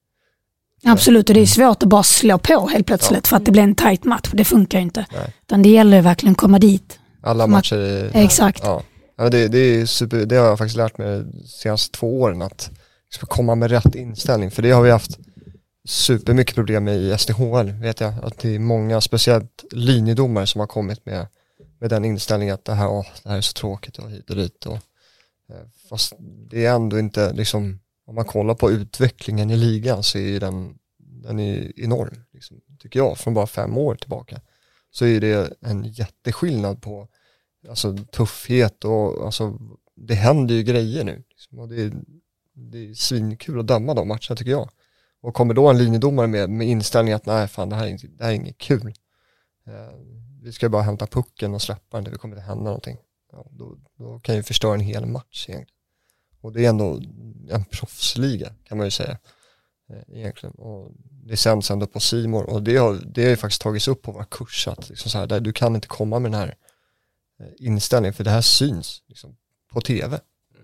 Absolut, och det är svårt att bara slå på helt plötsligt ja. för att det blir en tight match. Det funkar ju inte. Nej. Utan det gäller ju verkligen att komma dit.
Alla matcher är,
Exakt.
Ja. Ja, det, det, är super, det har jag faktiskt lärt mig de senaste två åren att ska komma med rätt inställning. För det har vi haft supermycket problem med i S D H L, vet jag. Att det är många, speciellt linjedomare som har kommit med, med den inställningen att det här, åh, det här är så tråkigt och hit och dit. Och, fast det är ändå inte, liksom, om man kollar på utvecklingen i ligan så är den, den är enorm, liksom, tycker jag, från bara fem år tillbaka. Så är det en jätteskillnad på alltså, tuffhet och alltså, det händer ju grejer nu. Liksom, och det, är, det är svinkul att döma de matcherna tycker jag. Och kommer då en linjedomare med, med inställning att nej fan det här är, inte, det här är inget kul. Eh, vi ska bara hämta pucken och släppa den, det kommer inte hända någonting. Ja, då, då kan ju förstöra en hel match egentligen. Och det är ändå en proffsliga kan man ju säga. Eh, egentligen. Och det sänds ändå på C More och det har, det har ju faktiskt tagits upp på våra kurser att liksom så här, där du kan inte komma med den här inställningen för det här syns liksom, på tv.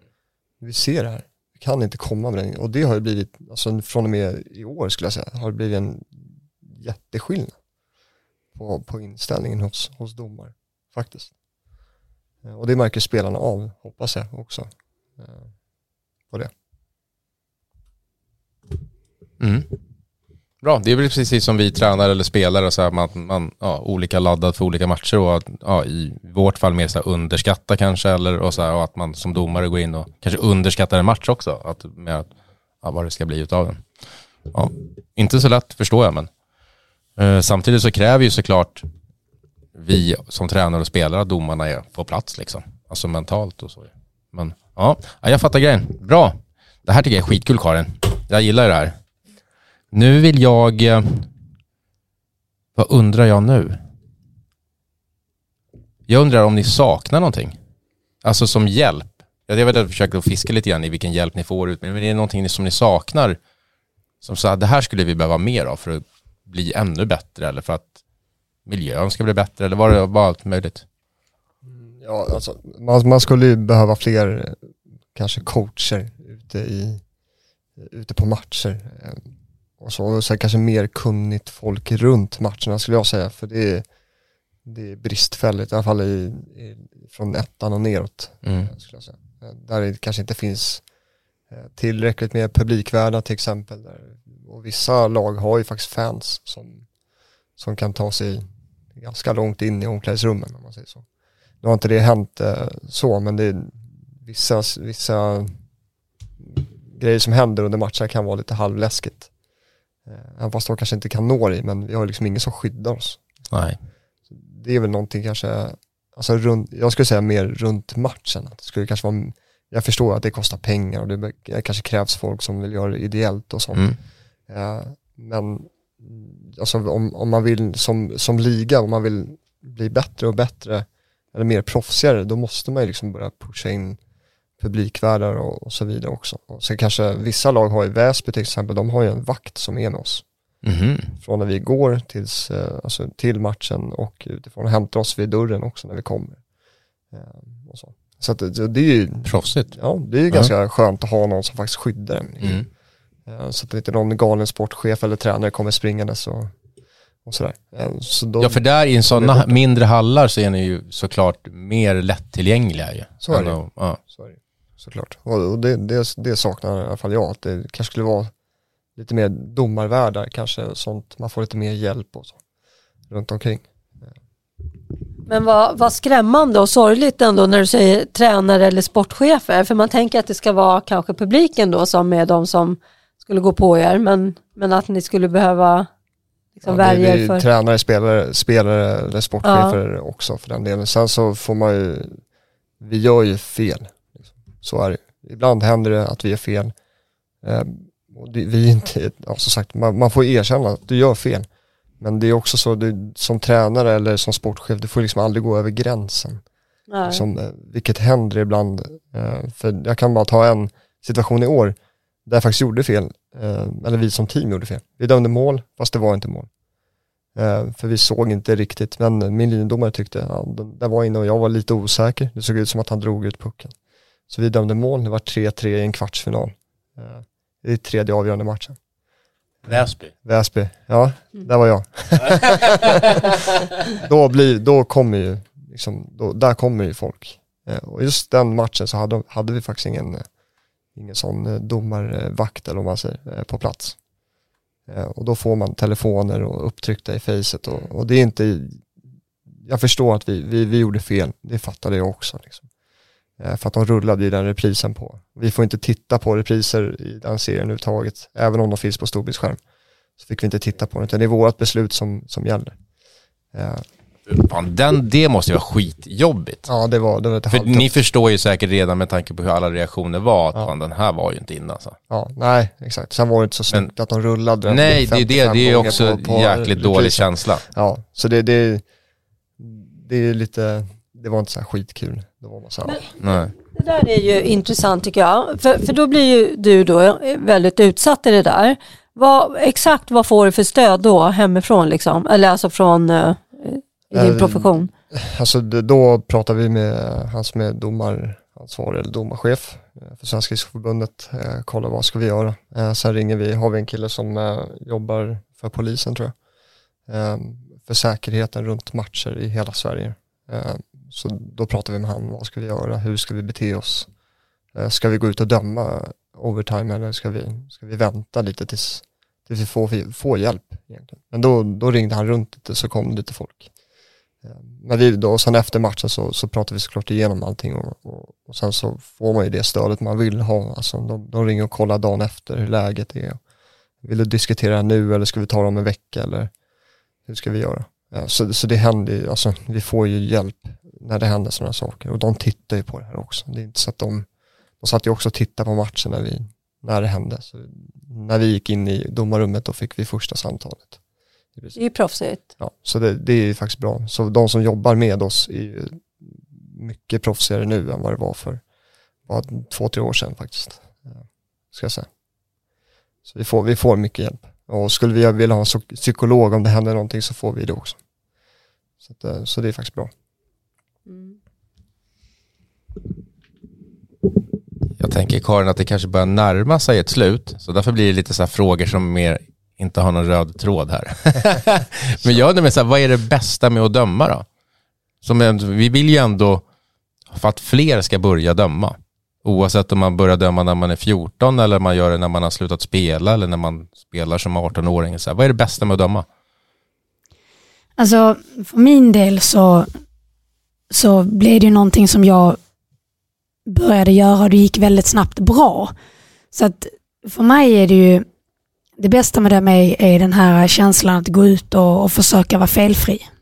Vi ser det här. Vi kan inte komma med den och det har ju blivit, alltså från och med i år skulle jag säga, har det blivit en jätteskillnad på, på inställningen hos, hos domare faktiskt. Och det märker spelarna av, hoppas jag också på det.
Mm. Bra, det är väl precis som vi tränar eller spelar så här, man, man ja, olika laddad för olika matcher och att, ja, i vårt fall mer så här, underskatta kanske eller och så här, och att man som domare går in och kanske underskattar en match också att, med att, ja, vad det ska bli utav den. Ja, inte så lätt förstår jag men eh, samtidigt så kräver ju såklart vi som tränare och spelare att domarna är på plats liksom, alltså mentalt och så. Men ja, jag fattar grejen. Bra. Det här tycker jag är skitkul Karin. Jag gillar det här. Nu vill jag... Vad undrar jag nu? Jag undrar om ni saknar någonting. Alltså som hjälp. Jag vet att jag försöker fiska lite grann i vilken hjälp ni får ut. Men är det någonting som ni saknar? Som så här, det här skulle vi behöva mer av för att bli ännu bättre. Eller för att miljön ska bli bättre. Eller var det bara allt möjligt?
Ja, alltså, man, man skulle ju behöva fler kanske coacher ute, i, ute på matcher. Och så, och så kanske mer kunnigt folk runt matcherna skulle jag säga. För det är, det är bristfälligt, i alla fall i, i, från ettan och neråt. Mm. Skulle jag säga. Där det kanske inte finns tillräckligt med publikvärda till exempel. Där, och vissa lag har ju faktiskt fans som, som kan ta sig ganska långt in i omklädningsrummen om man säger så. Nu har inte det hänt eh, så, men det är vissa, vissa grejer som händer under matcher kan vara lite halvläskigt. Även fast de kanske inte kan nå det, men vi har liksom ingen som skyddar oss.
Nej.
Det är väl någonting kanske alltså runt, jag skulle säga mer runt matchen. Att det skulle kanske vara, jag förstår att det kostar pengar och det, det kanske krävs folk som vill göra det ideellt och sånt.
Mm.
Uh, men alltså om, om man vill som, som liga, om man vill bli bättre och bättre eller mer proffsigare, då måste man ju liksom börja pusha in publikvärdar och, och så vidare också. Och sen kanske vissa lag har i Väsby till exempel, de har ju en vakt som är med oss.
Mm.
Från när vi går tills, alltså, till matchen och utifrån och hämtar oss vid dörren också när vi kommer. Och så så att, det, det är ju
proffsigt.
Ja, det är ju mm. ganska skönt att ha någon som faktiskt skyddar en.
Mm.
Så att det inte är någon galen sportchef eller tränare kommer springande så, och sådär. Så då,
ja, för där i en sådana mindre hallar så är ni ju såklart mer lättillgängliga ju.
Så är det.
Och, ja.
Så är det. Såklart. Och det, det, det saknar i alla fall jag, att det kanske skulle vara lite mer domarvärdar, kanske sånt, man får lite mer hjälp och så runt omkring.
Men vad, vad skrämmande och sorgligt ändå när du säger tränare eller sportchefer, för man tänker att det ska vara kanske publiken då som är de som skulle gå på er, men, men att ni skulle behöva liksom
ja,
välja
det är
för...
tränare, spelare, spelare eller sportchefer ja. Också för den delen. Sen så får man ju, vi gör ju fel. Så är det. Ibland händer det att vi är fel. Eh, och det, vi är inte, ja, som sagt, man, man får erkänna att du gör fel. Men det är också så, du, som tränare eller som sportchef, du får liksom aldrig gå över gränsen. Liksom, eh, vilket händer ibland. Eh, för jag kan bara ta en situation i år där jag faktiskt gjorde fel. Eh, eller vi som team gjorde fel. Vi dömde mål, fast det var inte mål. Eh, för vi såg inte riktigt. Men min linjedomare tyckte, ja, det var inne och jag var lite osäker. Det såg ut som att han drog ut pucken. Så vi dömde mål, det var tre tre i en kvartsfinal. Uh, det är tredje avgörande matchen.
Väsby.
Väsby, ja, mm. där var jag. då, blir, då kommer ju, liksom, då, där kommer ju folk. Uh, och just den matchen så hade, hade vi faktiskt ingen, uh, ingen sån uh, domarvakt eller vad man säger, uh, på plats. Uh, och då får man telefoner och upptryckta i facet. Och, och det är inte, jag förstår att vi, vi, vi gjorde fel, det fattade jag också liksom. För att de rullade i den reprisen på. Vi får inte titta på repriser i den serien överhuvudtaget. Även om de finns på storbildsskärm. Så fick vi inte titta på det. Utan det är vårt beslut som, som gäller.
Fan, den, det måste ju vara skitjobbigt.
Ja, det var, det var ett
För
halvtufft.
ni förstår ju säkert redan med tanke på hur alla reaktioner var att ja. fan, den här var ju inte inne alltså.
Ja, nej, exakt. Sen var det inte så snyggt men, att de rullade.
Nej, det är det. Det är också på, på jäkligt reprisen. Dålig känsla.
Ja, så det, det, det är lite... Det var inte så här skitkul. Det var man så här,
nej.
Det där är ju intressant tycker jag. För, för då blir ju du då väldigt utsatt i det där. Vad, exakt vad får du för stöd då hemifrån liksom? Eller alltså från uh, i din äh, profession?
Alltså då pratar vi med han som är domaransvarig eller domarchef för Svenska ishockeyförbundet. Eh, kolla vad ska vi göra. Eh, sen ringer vi, har vi en kille som eh, jobbar för polisen tror jag. Eh, för säkerheten runt matcher i hela Sverige. Eh, Så då pratar vi med han, vad ska vi göra, hur ska vi bete oss, ska vi gå ut och döma overtime eller ska vi, ska vi vänta lite tills, tills vi får, får hjälp egentligen. Men då, då ringde han runt lite så kom det lite folk. Men vi då, och sen efter matchen så, så pratar vi såklart igenom allting och, och, och sen så får man ju det stödet man vill ha. Alltså de, de ringer och kollar dagen efter hur läget är. Vill du diskutera nu eller ska vi ta dem en vecka eller hur ska vi göra? Så, så det händer ju, alltså vi får ju hjälp när det händer sådana saker. Och de tittar ju på det här också. Det är inte så att de, de satt ju också och tittade på matchen när, vi, när det hände. Så när vi gick in i domarrummet då fick vi första samtalet.
Det är ju proffsigt.
Ja, så det, det är ju faktiskt bra. Så de som jobbar med oss är ju mycket proffsigare nu än vad det var för bara två, tre år sedan faktiskt. Ska jag säga. Så vi får, vi får mycket hjälp. Och skulle vi vilja ha en psykolog om det händer någonting så får vi det också. Så, att, så det är faktiskt bra.
Mm.
Jag tänker Karin att det kanske börjar närma sig ett slut. Så därför blir det lite så här frågor som mer inte har någon röd tråd här. Men jag undrar mig så här, vad är det bästa med att döma då? Som en, vi vill ju ändå för att fler ska börja döma. Oavsett om man börjar döma när man är fjorton eller man gör det när man har slutat spela eller när man spelar som arton-åring. Så här, vad är det bästa med att döma?
Alltså för min del så, så blev det ju någonting som jag började göra och det gick väldigt snabbt bra. Så att för mig är det ju det bästa med det med är den här känslan att gå ut och, och försöka vara felfri.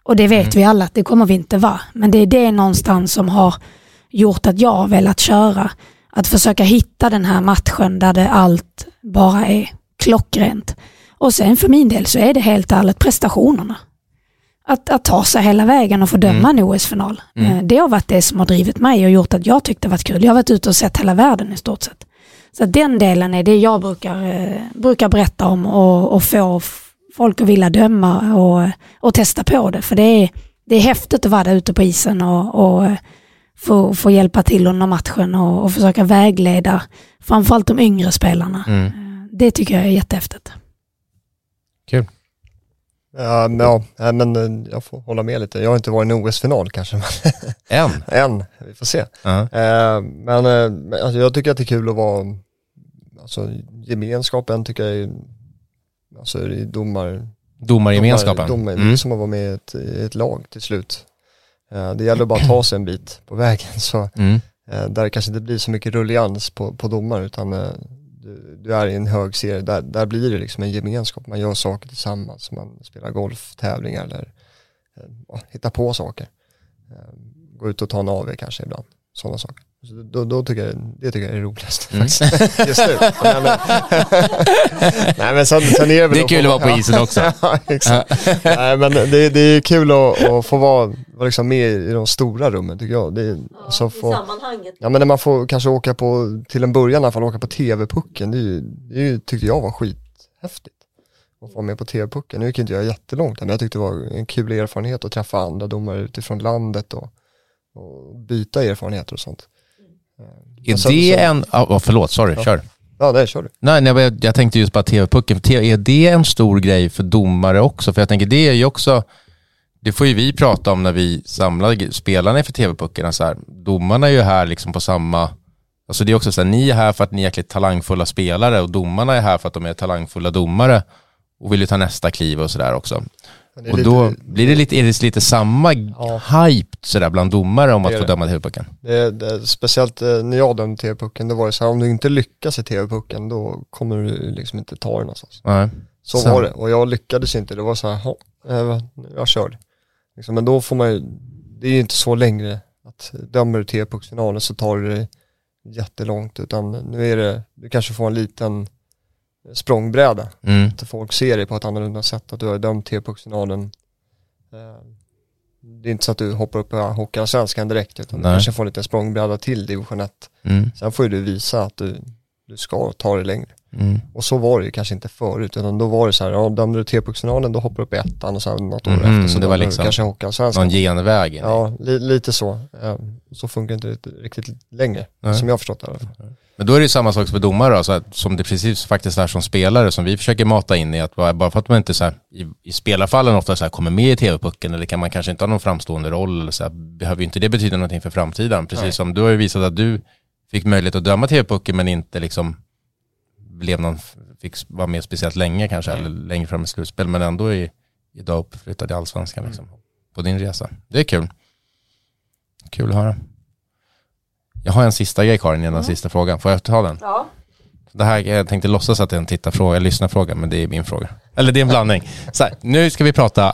Och det vet
Mm.
vi alla att det kommer vi inte vara. Men det är det någonstans som har gjort att jag har velat köra. Att försöka hitta den här matchen där det allt bara är klockrent. Och sen för min del så är det helt ärligt prestationerna. Att, att ta sig hela vägen och få döma
Mm.
en O S-final.
Mm.
Det har varit det som har drivit mig och gjort att jag tyckte det varit kul. Jag har varit ute och sett hela världen i stort sett. Så den delen är det jag brukar, eh, brukar berätta om och, och få f- folk att vilja döma och, och testa på det. För det är, det är häftigt att vara där ute på isen och, och få, få hjälpa till under matchen och, och försöka vägleda framförallt de yngre spelarna.
Mm.
Det tycker jag är jättehäftigt.
Kul.
Ja, men, ja, nej, men eh, jag får hålla med lite. Jag har inte varit i en O S-final kanske.
En.
Än, vi får se.
Ja.
Eh, men eh, men, alltså, jag tycker att det är kul att vara, alltså gemenskapen tycker jag är, alltså är det domar,
Domargemenskapen.
domar, domar, Det är
Mm.
som att vara med i ett, i ett lag till slut. Eh, det gäller bara att ta sig en bit på vägen, så
Mm.
eh, där det kanske inte blir så mycket rullians på, på domar, utan eh, du, du är i en hög serie, där, där blir det liksom en gemenskap, man gör saker tillsammans, man spelar golftävlingar eller eh, hittar på saker. Eh, gå ut och ta en A V kanske ibland, sådana saker. Så då, då tycker jag, det tycker jag är roligast
Mm.
faktiskt, just nu. Nej men, nej, men sen, sen är det,
Det är kul att vara på isen också.
Ja, exakt. Nej, men det, det är kul att, att få vara, vara liksom med i de stora rummen tycker jag. Det är,
Ja,
alltså,
i
få,
sammanhanget.
ja, men när man får kanske åka på, till en början i alla fall, åka på tv-pucken, det, är ju- det är ju- tyckte jag var skithäftigt. Att få vara med på tv-pucken. Nu gick inte jag jättelångt, men jag tyckte det var en kul erfarenhet att träffa andra domare utifrån landet och, och byta erfarenheter och sånt.
Är
Men sen-
det
sen-
en... Oh, förlåt, sorry,
Ja.
kör.
Ja, det kör du.
Nej, nej, jag, jag tänkte just på tv-pucken. T- Är det en stor grej för domare också? För jag tänker, det är ju också... Det får ju vi prata om när vi samlar spelarna för tv-puckerna. Så här, domarna är ju här liksom på samma... Alltså det är också så här, ni är här för att ni är jäkligt talangfulla spelare och domarna är här för att de är talangfulla domare och vill ju ta nästa kliv och sådär också.
Men det är
Och
lite-
då blir det lite, är det lite samma
Ja.
hype sådär bland domare om
Det
att
är
få
det.
döma tv-pucken?
Det, det, speciellt eh, när jag dömde tv-pucken, då var det så här, om du inte lyckas i tv-pucken, då kommer du liksom inte ta den någonstans.
Nej.
Så,
Så.
var det, och jag lyckades inte. Det var så här, eh, jag kör. Liksom, men då får man ju, det är ju inte så längre att dömer du tv-pucksfinalen så tar du det jättelångt, utan nu är det, du kanske får en liten språngbräda.
Mm.
Att folk ser det på ett annorlunda sätt, att du har dömt tv-pucksfinalen. Eh, det är inte så att du hoppar upp på Hockeyallsvenskan direkt, utan
Nej.
du kanske får lite språngbräda till division ett.
Mm.
Sen får ju du visa att du, du ska ta det längre.
Mm.
Och så var det ju kanske inte förut, utan då var det så här, ja, dömde du tv-pucksfinalen, då hoppar du upp i ettan och sen något år
Mhm,
efter så
det var
dömde du
liksom
kanske Hockeyallsvenskan.
Någon genväg in i.
Ja, li, lite så. Eh, så funkar inte det riktigt längre,
Nej.
som jag har förstått det i alla fall.
Men då är det ju samma sak för domare då, så att, som det precis faktiskt är som spelare som vi försöker mata in i, att bara bara för att man inte så här, i, i spelarfallen ofta så här, kommer med i tv-pucken eller kan man kanske inte ha någon framstående roll eller så här, behöver ju inte det betyda någonting för framtiden. Precis
Nej.
som du har ju visat att du fick möjlighet att döma tv-pucken men inte liksom blev någon, fick vara med speciellt länge kanske eller längre fram i slutspel, men ändå är idag uppflyttad i allsvenskan liksom, på din resa. Det är kul. Kul att höra. Jag har en sista grej, Karin, innan den sista frågan. Får jag ta den?
Ja.
Det här, jag tänkte låtsas att det är en tittarfråga, lyssnarfråga, men det är min fråga. Eller det är en blandning. Så här, nu ska vi prata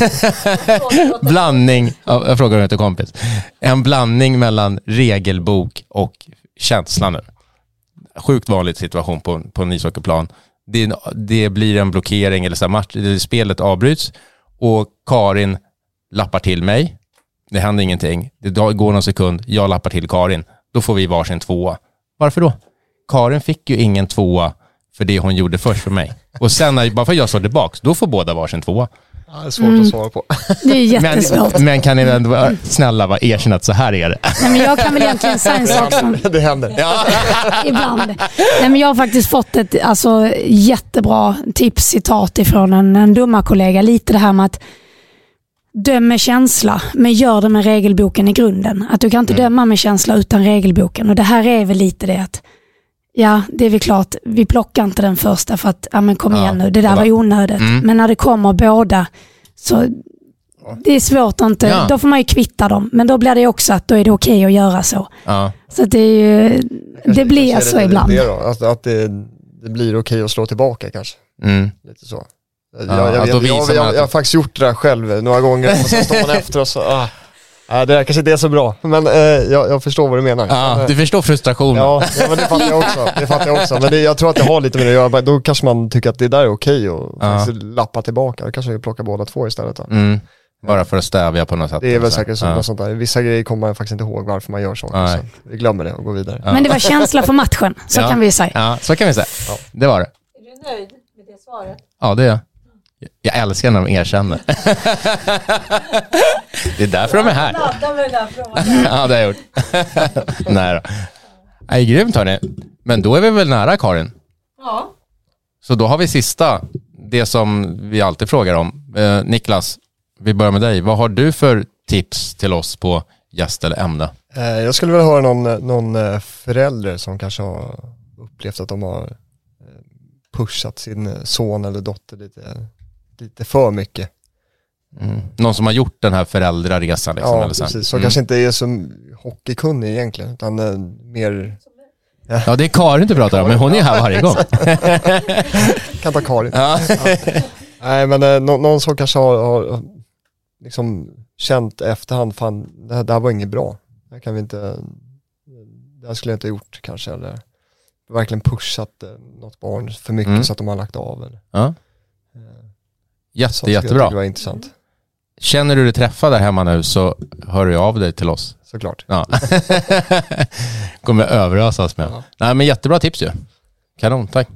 blandning, ja, jag frågar till kompis. En blandning mellan regelbok och känsla nu. Sjukt vanlig situation på, på en ishockeyplan. Det, det blir en blockering eller så här, match, det, spelet avbryts och Karin lappar till mig. Det händer ingenting. Det går någon sekund, jag lappar till Karin. Då får vi varsin tvåa. Varför då? Karin fick ju ingen tvåa för det hon gjorde först för mig. Och sen, när, bara för att jag står tillbaks, då får båda varsin tvåa.
Ja, det är svårt att svara på.
Det är jättesvårt.
Men, men kan ni ändå vara snälla vara erkänna att så här är det?
Nej, men jag kan väl egentligen säga en sak som
Det händer.
Ja.
ibland. Nej, men jag har faktiskt fått ett alltså, jättebra tips, citat ifrån en, en domarkollega. Lite det här med att döm med känsla, men gör det med regelboken i grunden. Att du kan inte
Mm.
döma med känsla utan regelboken. Och det här är väl lite det att ja, det är väl klart, vi plockar inte den första för att, ja men kom
Ja,
igen nu, det där
det var-
var onödigt.
Mm.
Men när det kommer båda så det är svårt att inte,
Ja.
då får man ju kvitta dem. Men då blir det också att då är det okej att göra så.
Ja.
Så att det är ju, det blir
Kanske är
så
det,
ibland.
Det, då, att, att det, det blir okej att slå tillbaka kanske.
Mm.
Lite så. Jag, jag, jag, jag, jag, jag, jag har faktiskt gjort det där själv några gånger och sen står man efter och så... Ah. Ja, det är kanske inte är så bra, men eh, jag, jag förstår vad du menar.
Ja, du förstår frustrationen.
Ja, ja, men det fattar jag också. Det fattar jag också. Men det, jag tror att det har lite med det att göra. Då kanske man tycker att det där är okej och ja. faktiskt lappa tillbaka. Då kanske jag plockar båda två istället. Då.
Mm. Bara för att stävja på något sätt.
Det är väl säkert så, ja. sånt där. Vissa grejer kommer man faktiskt inte ihåg varför man gör sånt. Så vi glömmer det och går vidare.
Ja. Men det var känsla för matchen, så
ja.
kan vi säga.
Ja, så kan vi säga. Ja. Det var det.
Är du nöjd med det svaret?
Ja, det är jag. Jag älskar när de erkänner. Det är därför de är här. Ja, det har jag gjort. Nej då. Nej, grymt hörni. Men då är vi väl nära, Karin?
Ja.
Så då har vi sista, det som vi alltid frågar om. Eh, Niklas, vi börjar med dig. Vad har du för tips till oss på gäst eller ämne?
Eh, jag skulle vilja höra någon, någon förälder som kanske har upplevt att de har pushat sin son eller dotter lite... lite för mycket.
Mm. Någon som har gjort den här föräldraresan liksom,
ja,
eller så.
precis. Så
mm.
kanske inte är som hockeykunnig egentligen, utan uh, mer...
Ja. ja, det är Karin du pratar om, men hon är här varje gång.
Kan ta Karin. Ja. Ja. Nej, men uh, nå- någon som kanske har, har liksom känt efterhand, fan, det här, det här var inget bra. Det kan vi inte... Det här skulle jag inte ha gjort kanske, eller verkligen pushat uh, något barn för mycket mm. så att de har lagt av. Eller.
Ja. Jätte, jättebra.
Det var intressant.
Känner du dig träffad där hemma nu så hör du av dig till oss.
Såklart.
Ja. Kommer överösas med. Ja. Nej, men jättebra tips ju. Kanon, tack.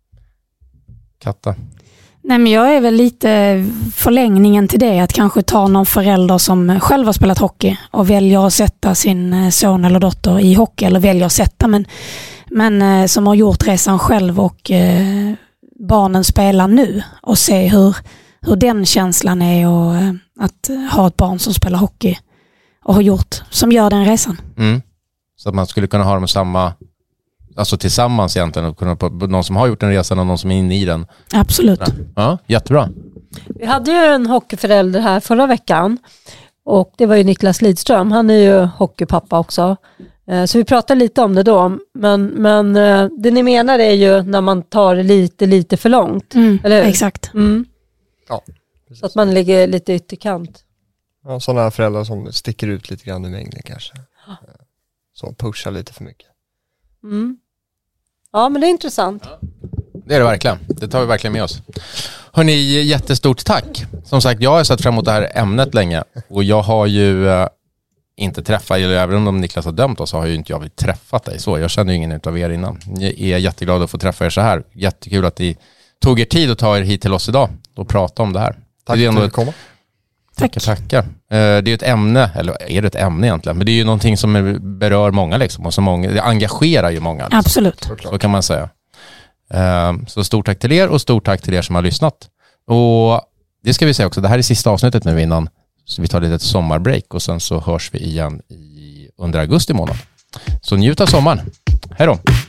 Katta.
Nej, men jag är väl lite förlängningen till det, att kanske ta någon förälder som själv har spelat hockey och väljer att sätta sin son eller dotter i hockey, eller väljer att sätta, men, men som har gjort resan själv och eh, barnen spelar nu, och se hur, hur den känslan är, och eh, att ha ett barn som spelar hockey och har gjort, som gör den resan.
Mm. Så att man skulle kunna ha dem samma, alltså tillsammans egentligen, och kunna, någon som har gjort den resan och någon som är inne i den.
Absolut.
Ja, jättebra.
Vi hade ju en hockeyförälder här förra veckan, och det var ju Niklas Lidström. Han är ju hockeypappa också. Så vi pratade lite om det då, men, men det ni menar är ju när man tar lite, lite för långt.
Mm,
eller hur?
Exakt.
Mm.
Ja,
så att man ligger lite ytterkant.
Ja, sådana föräldrar som sticker ut lite grann i mängden kanske. Så pushar lite för mycket.
Mm. Ja, men det är intressant.
Det är det verkligen. Det tar vi verkligen med oss. Hörrni, jättestort tack. Som sagt, jag har sett fram emot det här ämnet länge. Och jag har ju äh, inte träffat, eller även om Niklas har dömt oss, så har ju inte jag träffat dig. Så jag känner ju ingen utav er innan. Jag är jätteglad att få träffa er så här. Jättekul att ni tog er tid att ta er hit till oss idag och prata om det här.
Tack för att du kom.
Tackar, tackar. Det är ju ett ämne, eller är det ett ämne egentligen? Men det är ju någonting som berör många liksom. Och så många, det engagerar ju många. Liksom.
Absolut.
Så kan man säga. Så stort tack till er, och stort tack till er som har lyssnat. Och det ska vi säga också, det här är sista avsnittet nu innan. Så vi tar lite ett sommarbreak, och sen så hörs vi igen i, under augusti månad. Så njut av sommaren. Hej då!